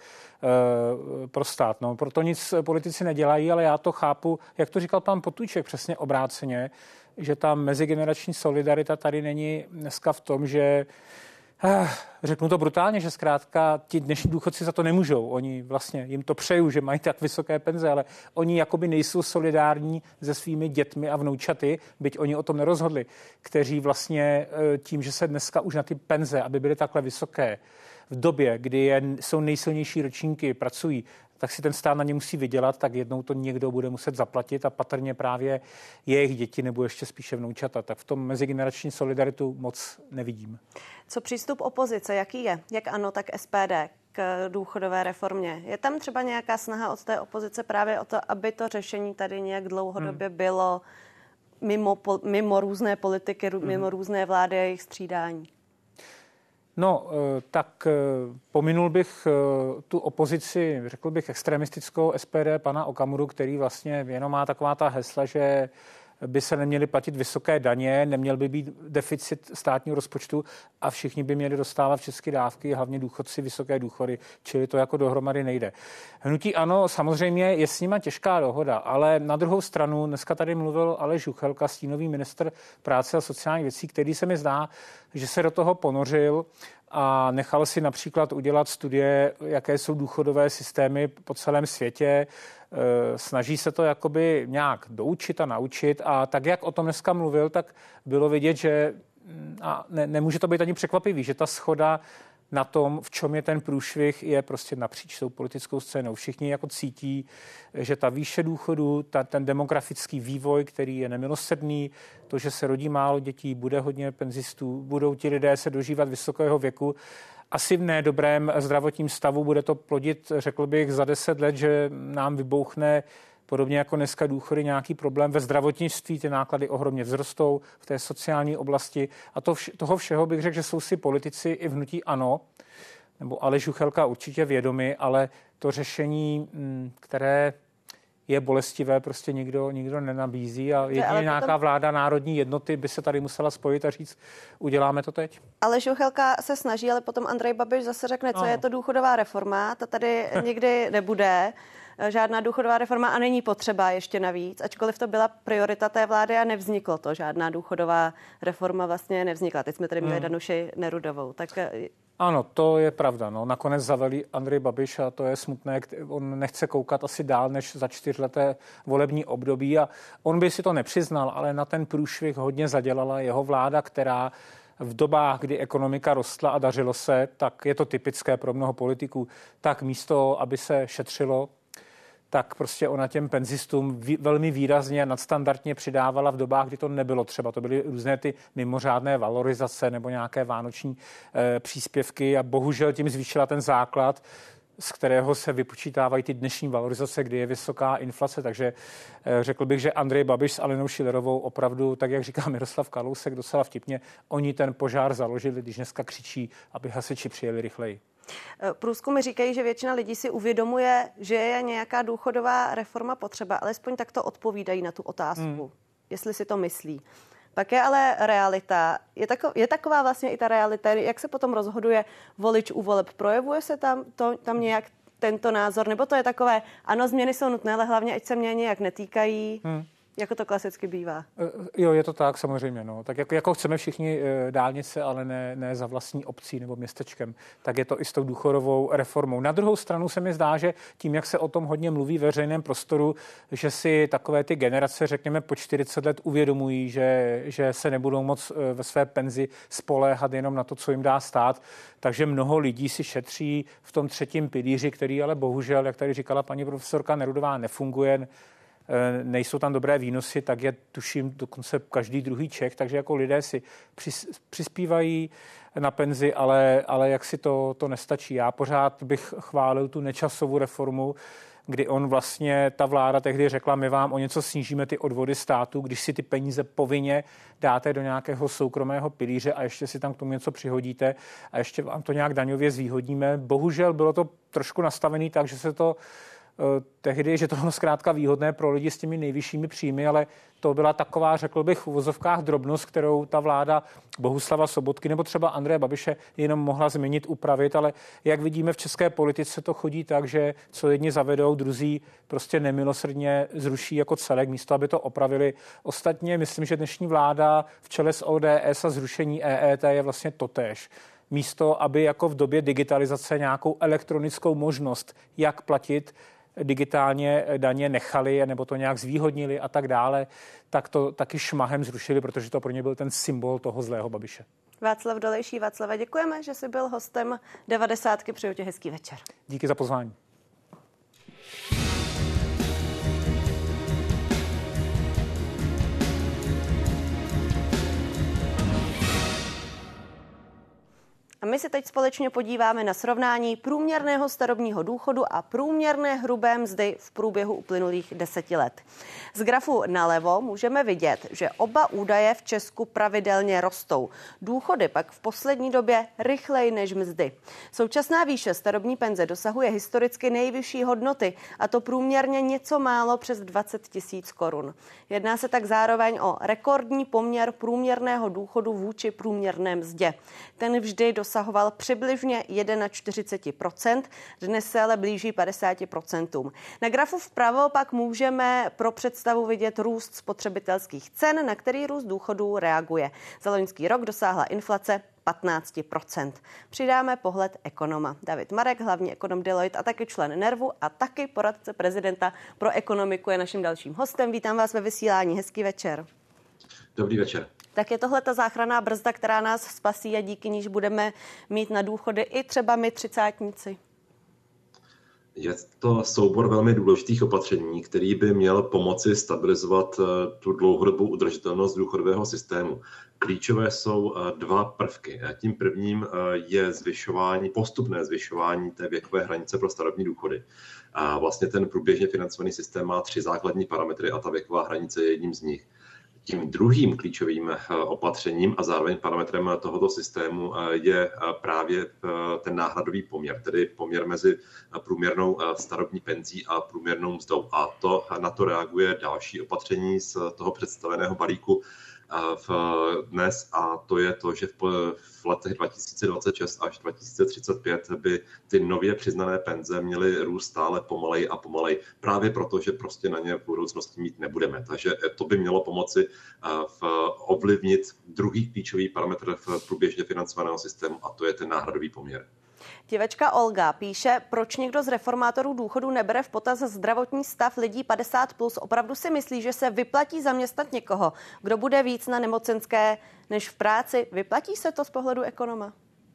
H: pro stát. No, proto nic politici nedělají, ale já to chápu, jak to říkal pan Potůček, přesně obráceně, že ta mezigenerační solidarita tady není dneska v tom, že řeknu to brutálně, že zkrátka ti dnešní důchodci za to nemůžou. Oni vlastně, jim to přeju, že mají tak vysoké penze, ale oni jakoby nejsou solidární se svými dětmi a vnoučaty, byť oni o tom nerozhodli, kteří vlastně tím, že se dneska už na ty penze, aby byly takhle vysoké, v době, kdy jsou nejsilnější ročníky, pracují, tak si ten stát na ně musí vydělat, tak jednou to někdo bude muset zaplatit a patrně právě jejich děti nebo ještě spíše vnoučata. Tak v tom mezigenerační solidaritu moc nevidím.
A: Co přístup opozice, jaký je? Jak ANO, tak SPD k důchodové reformě? Je tam třeba nějaká snaha od té opozice právě o to, aby to řešení tady nějak dlouhodobě bylo mimo různé politiky, mimo různé vlády a jejich střídání?
H: No, tak pominul bych tu opozici, řekl bych extremistickou SPD pana Okamuru, který vlastně jenom má taková ta hesla, že by se neměly platit vysoké daně, neměl by být deficit státního rozpočtu a všichni by měli dostávat všechny dávky, hlavně důchodci vysoké důchody, čili to jako dohromady nejde. Hnutí ANO samozřejmě je s nima těžká dohoda, ale na druhou stranu dneska tady mluvil Aleš Juchelka, stínový ministr práce a sociálních věcí, který se mi zdá, že se do toho ponořil a nechal si například udělat studie, jaké jsou důchodové systémy po celém světě. Snaží se to jakoby nějak doučit a naučit a tak, jak o tom dneska mluvil, tak bylo vidět, že a nemůže to být ani překvapivý, že ta shoda na tom, v čem je ten průšvih, je prostě napříč tou politickou scénou. Všichni jako cítí, že ta výše důchodu, ten demografický vývoj, který je nemilosrdný, to, že se rodí málo dětí, bude hodně penzistů, budou ti lidé se dožívat vysokého věku, asi v nedobrém zdravotním stavu bude to plodit, řekl bych, za 10 let, že nám vybouchne podobně jako dneska důchody nějaký problém ve zdravotnictví, ty náklady ohromně vzrostou v té sociální oblasti a toho všeho bych řekl, že jsou si politici i v hnutí ANO, nebo Aleš Juchelka určitě vědomi, ale to řešení, které je bolestivé, prostě nikdo nenabízí a jedině nějaká vláda národní jednoty by se tady musela spojit a říct, uděláme to teď.
A: Ale Juchelka se snaží, ale potom Andrej Babiš zase řekne, co je to důchodová reforma, ta tady nikdy nebude. žádná důchodová reforma a není potřeba ještě navíc, ačkoliv to byla priorita té vlády a nevzniklo to, žádná důchodová reforma vlastně nevznikla. Teď jsme tady měli Danuši Nerudovou. Tak...
H: Ano, to je pravda. No. Nakonec zavelí Andrej Babiš a to je smutné. On nechce koukat asi dál než za 4leté volební období a on by si to nepřiznal, ale na ten průšvih hodně zadělala jeho vláda, která v dobách, kdy ekonomika rostla a dařilo se, tak je to typické pro mnoho politiků, tak místo, aby se šetřilo, tak prostě ona těm penzistům velmi výrazně nadstandardně přidávala v dobách, kdy to nebylo třeba. To byly různé ty mimořádné valorizace nebo nějaké vánoční příspěvky a bohužel tím zvýšila ten základ, z kterého se vypočítávají ty dnešní valorizace, kdy je vysoká inflace. Takže řekl bych, že Andrej Babiš s Alenou Schillerovou opravdu, tak jak říká Miroslav Kalousek, docela vtipně, oni ten požár založili, když dneska křičí, aby hasiči přijeli rychleji.
A: Průzkumy říkají, že většina lidí si uvědomuje, že je nějaká důchodová reforma potřeba, alespoň takto odpovídají na tu otázku, jestli si to myslí. Pak je ale realita. Je taková vlastně i ta realita, jak se potom rozhoduje volič u voleb. Projevuje se tam nějak tento názor, nebo to je takové, ano, změny jsou nutné, ale hlavně, ať se mě nějak netýkají, jako to klasicky bývá.
H: Jo, je to tak samozřejmě. No. Tak jako chceme všichni dálnice, ale ne za vlastní obcí nebo městečkem, tak je to i s tou důchodovou reformou. Na druhou stranu se mi zdá, že tím, jak se o tom hodně mluví v veřejném prostoru, že si takové ty generace, řekněme, po 40 let uvědomují, že se nebudou moc ve své penzi spoléhat jenom na to, co jim dá stát. Takže mnoho lidí si šetří v tom třetím pilíři, který ale bohužel, jak tady říkala paní profesorka Nerudová, nefunguje. Nejsou tam dobré výnosy, tak je tuším dokonce každý druhý Čech, takže jako lidé si přispívají na penzi, ale jak si to nestačí. Já pořád bych chválil tu Nečasovu reformu, kdy ta vláda tehdy řekla, my vám o něco snížíme ty odvody státu, když si ty peníze povinně dáte do nějakého soukromého pilíře a ještě si tam k tomu něco přihodíte a ještě vám to nějak daňově zvýhodníme. Bohužel bylo to trošku nastavené tak, že se to tehdy, že to bylo zkrátka výhodné pro lidi s těmi nejvyššími příjmy, ale to byla taková, řekl bych, v uvozovkách drobnost, kterou ta vláda Bohuslava Sobotky nebo třeba Andreje Babiše jenom mohla změnit, upravit, ale jak vidíme v české politice to chodí tak, že co jedni zavedou, druzí prostě nemilosrdně zruší jako celek, místo aby to opravili. Ostatně myslím, že dnešní vláda v čele s ODS a zrušení EET je vlastně totéž. Místo, aby jako v době digitalizace nějakou elektronickou možnost, jak platit digitálně daně nechali nebo to nějak zvýhodnili a tak dále, tak to taky šmahem zrušili, protože to pro ně byl ten symbol toho zlého Babiše.
A: Václav Dolejší. Václave, děkujeme, že jsi byl hostem 90. Přeju ti hezký večer.
H: Díky za pozvání.
A: A my se teď společně podíváme na srovnání průměrného starobního důchodu a průměrné hrubé mzdy v průběhu uplynulých 10 let. Z grafu nalevo můžeme vidět, že oba údaje v Česku pravidelně rostou. Důchody pak v poslední době rychleji než mzdy. Současná výše starobní penze dosahuje historicky nejvyšší hodnoty, a to průměrně něco málo přes 20 000 korun. Jedná se tak zároveň o rekordní poměr průměrného důchodu vůči průměrné mzdě. Ten vždy dosahoval přibližně 41%, dnes se ale blíží 50%. Na grafu vpravo pak můžeme pro představu vidět růst spotřebitelských cen, na který růst důchodů reaguje. Za loňský rok dosáhla inflace 15%. Přidáme pohled ekonoma. David Marek, hlavní ekonom Deloitte a taky člen NERVu a taky poradce prezidenta pro ekonomiku je naším dalším hostem. Vítám vás ve vysílání. Hezký večer.
I: Dobrý večer.
A: Tak je tohle ta záchranná brzda, která nás spasí a díky níž budeme mít na důchody i třeba my třicátníci?
I: Je to soubor velmi důležitých opatření, který by měl pomoci stabilizovat tu dlouhodobou udržitelnost důchodového systému. Klíčové jsou dva prvky. Tím prvním je postupné zvyšování té věkové hranice pro starobní důchody. A vlastně ten průběžně financovaný systém má 3 základní parametry a ta věková hranice je jedním z nich. Tím druhým klíčovým opatřením a zároveň parametrem tohoto systému je právě ten náhradový poměr, tedy poměr mezi průměrnou starobní penzí a průměrnou mzdou. A na to reaguje další opatření z toho představeného balíku, dnes, a to je to, že v letech 2026 až 2035 by ty nově přiznané penze měly růst stále pomalej a pomalej, právě proto, že prostě na ně v budoucnosti mít nebudeme. Takže to by mělo pomoci ovlivnit druhý klíčový parametr v průběžně financovaného systému, a to je ten náhradový poměr.
A: Divečka Olga píše, proč někdo z reformátorů důchodu nebere v potaz zdravotní stav lidí 50+. Opravdu si myslí, že se vyplatí zaměstnat někoho, kdo bude víc na nemocenské než v práci? Vyplatí se to z pohledu ekonoma?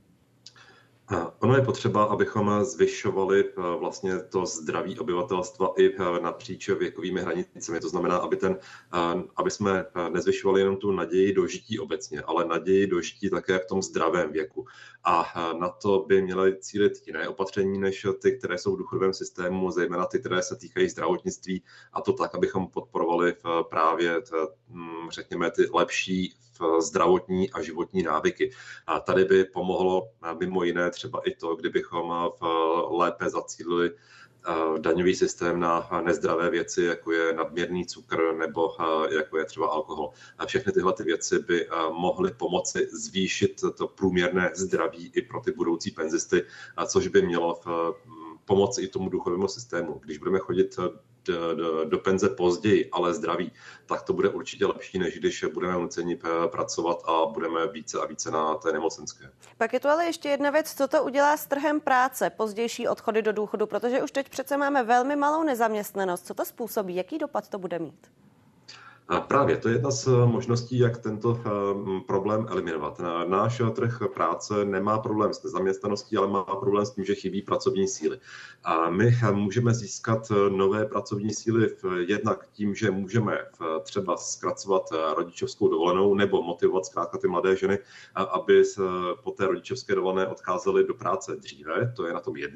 I: Ono je potřeba, abychom zvyšovali vlastně to zdraví obyvatelstva i napříč věkovými hranicemi. To znamená, aby jsme nezvyšovali jenom tu naději do žití obecně, ale naději do žití také v tom zdravém věku. A na to by měly cílit jiné opatření než ty, které jsou v důchodovém systému, zejména ty, které se týkají zdravotnictví, a to tak, abychom podporovali právě, řekněme, ty lepší zdravotní a životní návyky. A tady by pomohlo mimo jiné třeba i to, kdybychom lépe zacílili daňový systém na nezdravé věci, jako je nadměrný cukr nebo jako je třeba alkohol. A všechny tyhle ty věci by mohly pomoci zvýšit to průměrné zdraví i pro ty budoucí penzisty, což by mělo pomoci i tomu důchodovému systému. Když budeme chodit do penze později, ale zdraví, tak to bude určitě lepší, než když budeme nuceni pracovat a budeme více a více na té nemocenské.
A: Pak je tu ale ještě jedna věc, co to udělá s trhem práce, pozdější odchody do důchodu, protože už teď přece máme velmi malou nezaměstnanost. Co to způsobí? Jaký dopad to bude mít?
I: A právě to je jedna z možností, jak tento problém eliminovat. Náš trh práce nemá problém s nezaměstnaností, ale má problém s tím, že chybí pracovní síly. A my můžeme získat nové pracovní síly jednak tím, že můžeme třeba zkracovat rodičovskou dovolenou nebo motivovat zkrátka ty mladé ženy, aby po té rodičovské dovolené odcházely do práce dříve. To je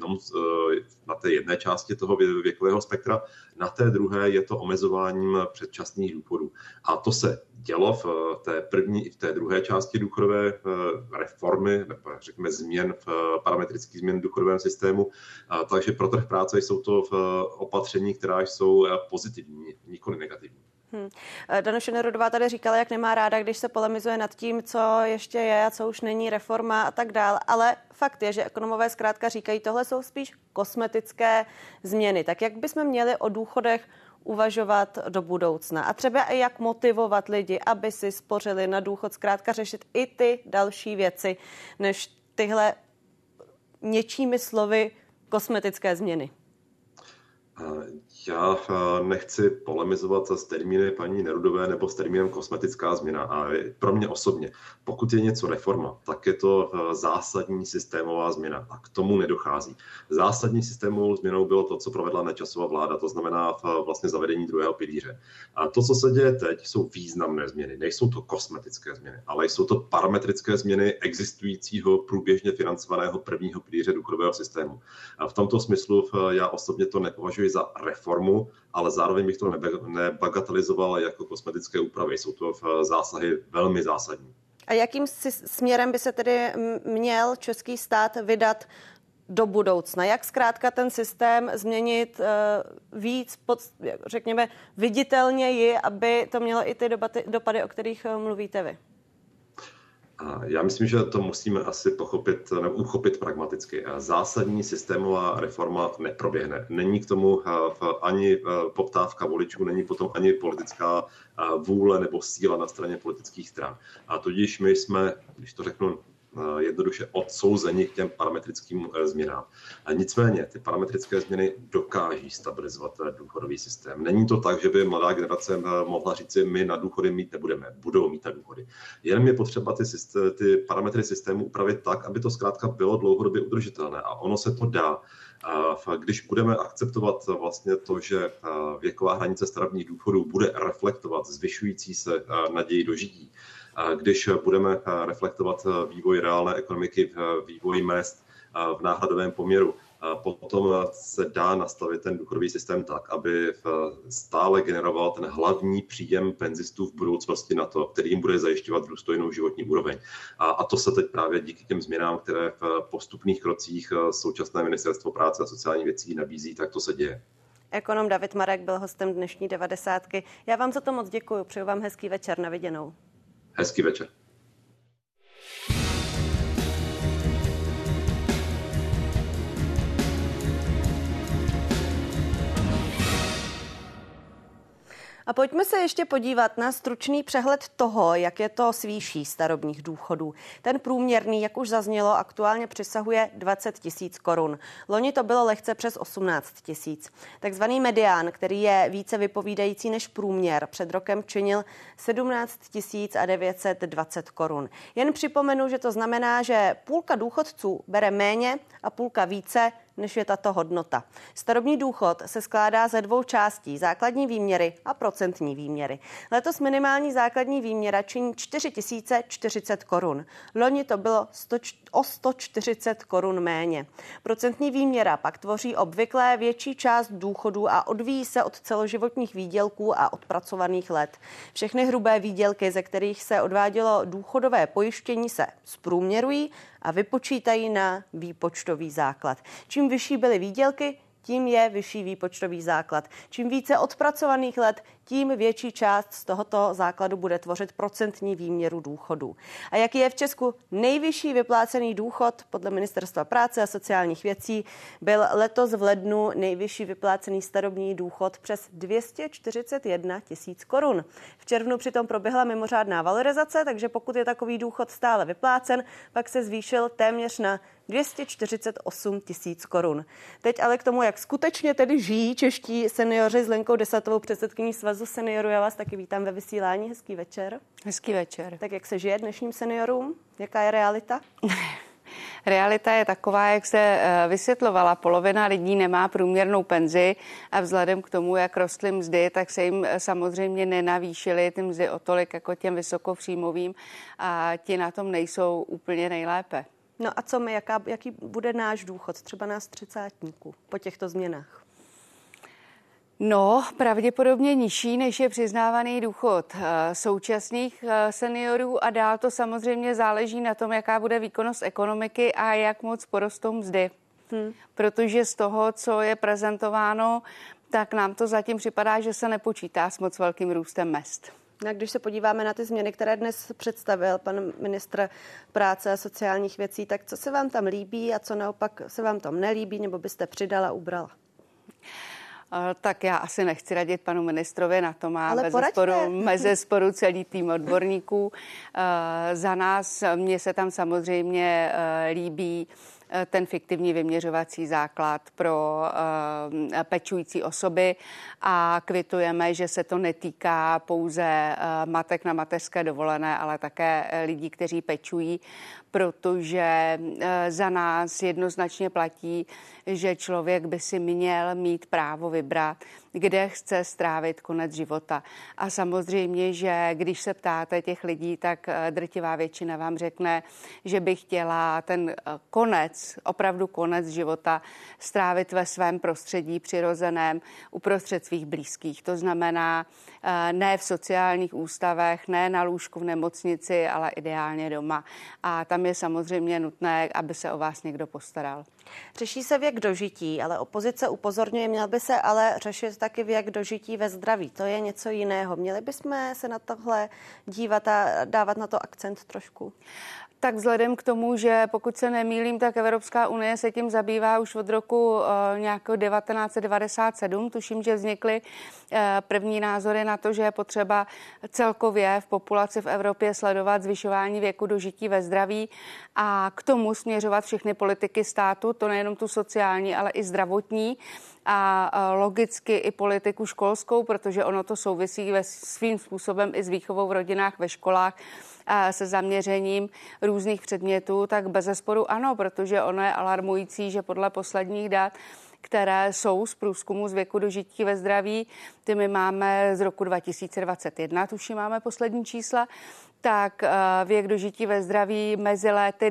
I: na té jedné části toho věkového spektra. Na té druhé je to omezováním předčasných důchodů. A to se dělo v té první i v té druhé části důchodové reformy, nebo řekněme změn v parametrických změn v důchodovém systému. Takže pro trh práce jsou to opatření, která jsou pozitivní, nikoli negativní.
A: Danuše Nerudová tady říkala, jak nemá ráda, když se polemizuje nad tím, co ještě je a co už není reforma a tak dál. Ale fakt je, že ekonomové zkrátka říkají, tohle jsou spíš kosmetické změny. Tak jak bychom měli o důchodech uvažovat do budoucna? A třeba i jak motivovat lidi, aby si spořili na důchod, zkrátka řešit i ty další věci, než tyhle něčími slovy kosmetické změny.
I: Já nechci polemizovat s termíny paní Nerudové nebo s termínem kosmetická změna. A pro mě osobně, pokud je něco reforma, tak je to zásadní systémová změna a k tomu nedochází. Zásadní systémovou změnou bylo to, co provedla Nečasova vláda, to znamená vlastně zavedení druhého pilíře. A to, co se děje teď, jsou významné změny. Nejsou to kosmetické změny, ale jsou to parametrické změny existujícího průběžně financovaného prvního pilíře důchodového systému. A v tomto smyslu já osobně to nepovažuji za reformu, ale zároveň bych to nebagatelizoval jako kosmetické úpravy. Jsou to zásahy velmi zásadní.
A: A jakým směrem by se tedy měl český stát vydat do budoucna? Jak zkrátka ten systém změnit víc, řekněme, viditelněji, aby to mělo i ty dopady, o kterých mluvíte vy?
I: Já myslím, že to musíme asi uchopit pragmaticky. Zásadní systémová reforma neproběhne. Není k tomu ani poptávka voličů, není potom ani politická vůle nebo síla na straně politických stran. A tudíž my jsme, když to řeknu jednoduše, odsouzeni k těm parametrickým změnám. A nicméně ty parametrické změny dokáží stabilizovat důchodový systém. Není to tak, že by mladá generace mohla říci, my na důchody mít nebudeme, budou mít na důchody. Jen je potřeba ty parametry systému upravit tak, aby to zkrátka bylo dlouhodobě udržitelné. A ono se to dá. Když budeme akceptovat vlastně to, že věková hranice starobních důchodů bude reflektovat zvyšující se naději do žití, když budeme reflektovat vývoj reálné ekonomiky, vývoj mezd v náhradovém poměru, potom se dá nastavit ten důchodový systém tak, aby stále generoval ten hlavní příjem penzistů v budoucnosti na to, který jim bude zajišťovat důstojnou životní úroveň. A to se teď právě díky těm změnám, které v postupných krocích současné ministerstvo práce a sociálních věcí nabízí, tak to se děje.
A: Ekonom David Marek byl hostem dnešní 90. Já vám za to moc děkuji, přeju vám hezký večer, na viděnou.
I: Hezký večer.
A: A pojďme se ještě podívat na stručný přehled toho, jak je to s výší starobních důchodů. Ten průměrný, jak už zaznělo, aktuálně přesahuje 20 000 korun. Loni to bylo lehce přes 18 000. Takzvaný medián, který je více vypovídající než průměr, před rokem činil 17 920 korun. Jen připomenu, že to znamená, že půlka důchodců bere méně a půlka více, než je tato hodnota. Starobní důchod se skládá ze dvou částí, základní výměry a procentní výměry. Letos minimální základní výměra činí 4 040 korun. Loni to bylo o 140 korun méně. Procentní výměra pak tvoří obvykle větší část důchodů a odvíjí se od celoživotních výdělků a odpracovaných let. Všechny hrubé výdělky, ze kterých se odvádělo důchodové pojištění, se zprůměrují a vypočítají na výpočtový základ. Čím vyšší byly výdělky, tím je vyšší výpočtový základ. Čím více odpracovaných let, tím větší část z tohoto základu bude tvořit procentní výměru důchodů. A jaký je v Česku nejvyšší vyplácený důchod? Podle Ministerstva práce a sociálních věcí byl letos v lednu nejvyšší vyplácený starobní důchod přes 241 000 korun. V červnu přitom proběhla mimořádná valorizace, takže pokud je takový důchod stále vyplácen, pak se zvýšil téměř na 248 000 korun. Teď ale k tomu, jak skutečně tedy žijí čeští seniori s Lenkou Desatovou, předsedkyní Svazu seniorů. Já vás taky vítám ve vysílání. Hezký večer.
J: Hezký večer.
A: Tak jak se žije dnešním seniorům? Jaká je realita?
J: Realita je taková, jak se vysvětlovala. Polovina lidí nemá průměrnou penzi a vzhledem k tomu, jak rostly mzdy, tak se jim samozřejmě nenavýšily ty mzdy o tolik jako těm vysokopříjmovým a ti na tom nejsou úplně nejlépe.
A: No a co my, jaký bude náš důchod, třeba nás třicátníků po těchto změnách?
J: No, pravděpodobně nižší, než je přiznávaný důchod současných seniorů a dál to samozřejmě záleží na tom, jaká bude výkonnost ekonomiky a jak moc porostou mzdy. Protože z toho, co je prezentováno, tak nám to zatím připadá, že se nepočítá s moc velkým růstem mezd.
A: A když se podíváme na ty změny, které dnes představil pan ministr práce a sociálních věcí, tak co se vám tam líbí a co naopak se vám tam nelíbí, nebo byste přidala, ubrala?
J: Tak já asi nechci radit panu ministrovi, na to má bezesporu celý tým odborníků. Za nás, mně se tam samozřejmě líbí ten fiktivní vyměřovací základ pro pečující osoby a kvitujeme, že se to netýká pouze matek na mateřské dovolené, ale také lidí, kteří pečují, protože za nás jednoznačně platí, že člověk by si měl mít právo vybrat, kde chce strávit konec života. A samozřejmě, že když se ptáte těch lidí, tak drtivá většina vám řekne, že by chtěla ten konec, opravdu konec života strávit ve svém prostředí přirozeném uprostřed svých blízkých. To znamená ne v sociálních ústavech, ne na lůžku v nemocnici, ale ideálně doma. A tam je samozřejmě nutné, aby se o vás někdo postaral.
A: Řeší se věk dožití, ale opozice upozorňuje, měl by se ale řešit taky věk dožití ve zdraví. To je něco jiného. Měli bychom se na tohle dívat a dávat na to akcent trošku?
J: Tak vzhledem k tomu, že pokud se nemýlím, tak Evropská unie se tím zabývá už od roku nějakého 1997. Tuším, že vznikly první názory na to, že je potřeba celkově v populaci v Evropě sledovat zvyšování věku dožití ve zdraví a k tomu směřovat všechny politiky státu, to nejenom tu sociální, ale i zdravotní a logicky i politiku školskou, protože ono to souvisí svým způsobem i s výchovou v rodinách, ve školách, se zaměřením různých předmětů, tak bezesporu ano, protože ono je alarmující, že podle posledních dat, které jsou z průzkumu z věku dožití ve zdraví, ty my máme z roku 2021, tuším máme poslední čísla, tak věk dožití ve zdraví mezi léty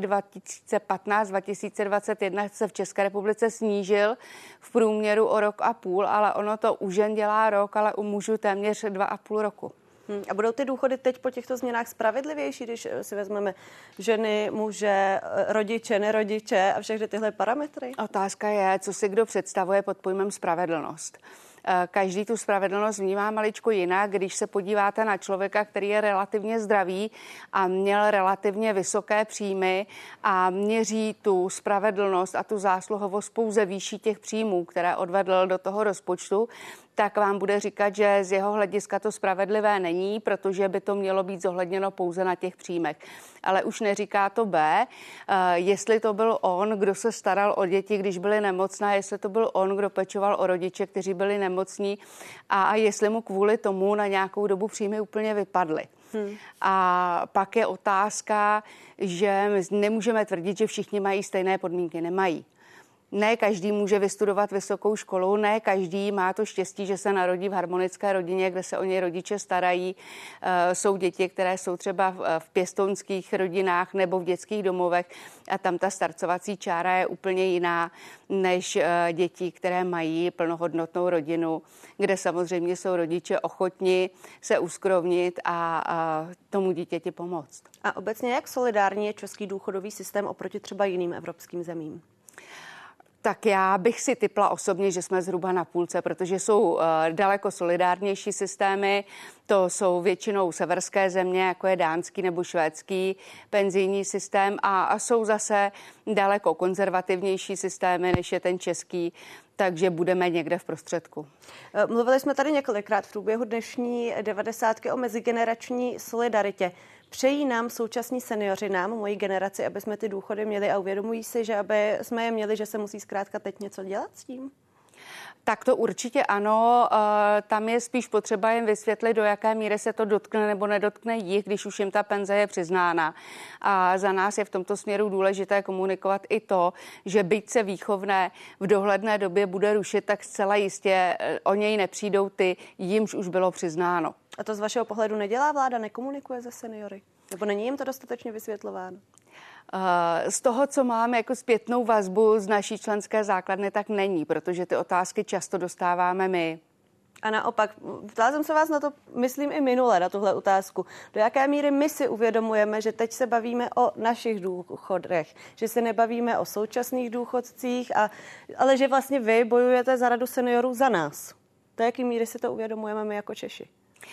J: 2015-2021 se v České republice snížil v průměru o rok a půl, ale ono to u žen dělá rok, ale u mužů téměř 2,5 roku.
A: A budou ty důchody teď po těchto změnách spravedlivější, když si vezmeme ženy, muže, rodiče, nerodiče a všechny tyhle parametry?
J: Otázka je, co si kdo představuje pod pojmem spravedlnost. Každý tu spravedlnost vnímá maličko jinak. Když se podíváte na člověka, který je relativně zdravý a měl relativně vysoké příjmy a měří tu spravedlnost a tu zásluhovost pouze výší těch příjmů, které odvedl do toho rozpočtu, tak vám bude říkat, že z jeho hlediska to spravedlivé není, protože by to mělo být zohledněno pouze na těch příjmech. Ale už neříká to B, jestli to byl on, kdo se staral o děti, když byly nemocné, jestli to byl on, kdo pečoval o rodiče, kteří byli nemocní a jestli mu kvůli tomu na nějakou dobu příjmy úplně vypadly. A pak je otázka, že nemůžeme tvrdit, že všichni mají stejné podmínky. Nemají. Ne každý může vystudovat vysokou školu, ne každý má to štěstí, že se narodí v harmonické rodině, kde se o něj rodiče starají. Jsou děti, které jsou třeba v pěstounských rodinách nebo v dětských domovech a tam ta startovací čára je úplně jiná než děti, které mají plnohodnotnou rodinu, kde samozřejmě jsou rodiče ochotni se uskrovnit a tomu dítěti pomoct.
A: A obecně jak solidární je český důchodový systém oproti třeba jiným evropským zemím?
J: Tak já bych si tipla osobně, že jsme zhruba na půlce, protože jsou daleko solidárnější systémy. To jsou většinou severské země, jako je dánský nebo švédský penzijní systém a jsou zase daleko konzervativnější systémy, než je ten český. Takže budeme někde v prostředku.
A: Mluvili jsme tady několikrát v průběhu dnešní 90 o mezigenerační solidaritě. Přejí nám současní seniori, nám, mojí generaci, aby jsme ty důchody měli a uvědomují si, že aby jsme je měli, že se musí zkrátka teď něco dělat s tím?
J: Tak to určitě ano. Tam je spíš potřeba jim vysvětlit, do jaké míry se to dotkne nebo nedotkne jich, když už jim ta penze je přiznána. A za nás je v tomto směru důležité komunikovat i to, že byť se výchovné v dohledné době bude rušit, tak zcela jistě o něj nepřijdou ty, jimž už bylo přiznáno.
A: A to z vašeho pohledu nedělá vláda, nekomunikuje se seniory? Nebo není jim to dostatečně vysvětlováno?
J: Z toho, co máme jako zpětnou vazbu z naší členské základny, tak není, protože ty otázky často dostáváme my.
A: A naopak, ptala jsem se vás na to, myslím i minule, na tuhle otázku. Do jaké míry my si uvědomujeme, že teď se bavíme o našich důchodech, že se nebavíme o současných důchodcích, ale že vlastně vy bojujete za Radu seniorů za nás. Do jaké míry si to uvědomujeme my jako Češi?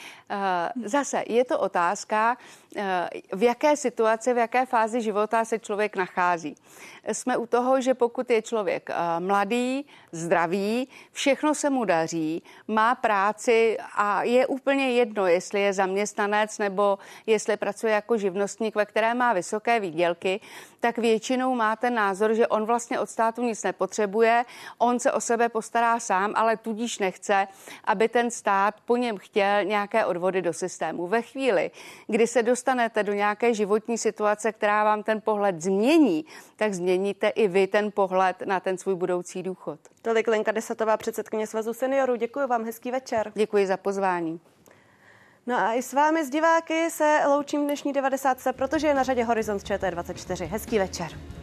J: Zase je to otázka, v jaké situaci, v jaké fázi života se člověk nachází. Jsme u toho, že pokud je člověk mladý, zdravý, všechno se mu daří, má práci a je úplně jedno, jestli je zaměstnanec nebo jestli pracuje jako živnostník, ve které má vysoké výdělky, tak většinou má ten názor, že on vlastně od státu nic nepotřebuje, on se o sebe postará sám, ale tudíž nechce, aby ten stát po něm chtěl nějaké odvody do systému. Ve chvíli, kdy se dostanete do nějaké životní situace, která vám ten pohled změní, tak změníte i vy ten pohled na ten svůj budoucí důchod.
A: Tolik Lenka Desatová, předsedkyně Svazu seniorů. Děkuji vám, hezký večer.
J: Děkuji za pozvání.
A: No a i s vámi, s diváky, se loučím dnešní 90, protože je na řadě Horizont ČT24. Hezký večer.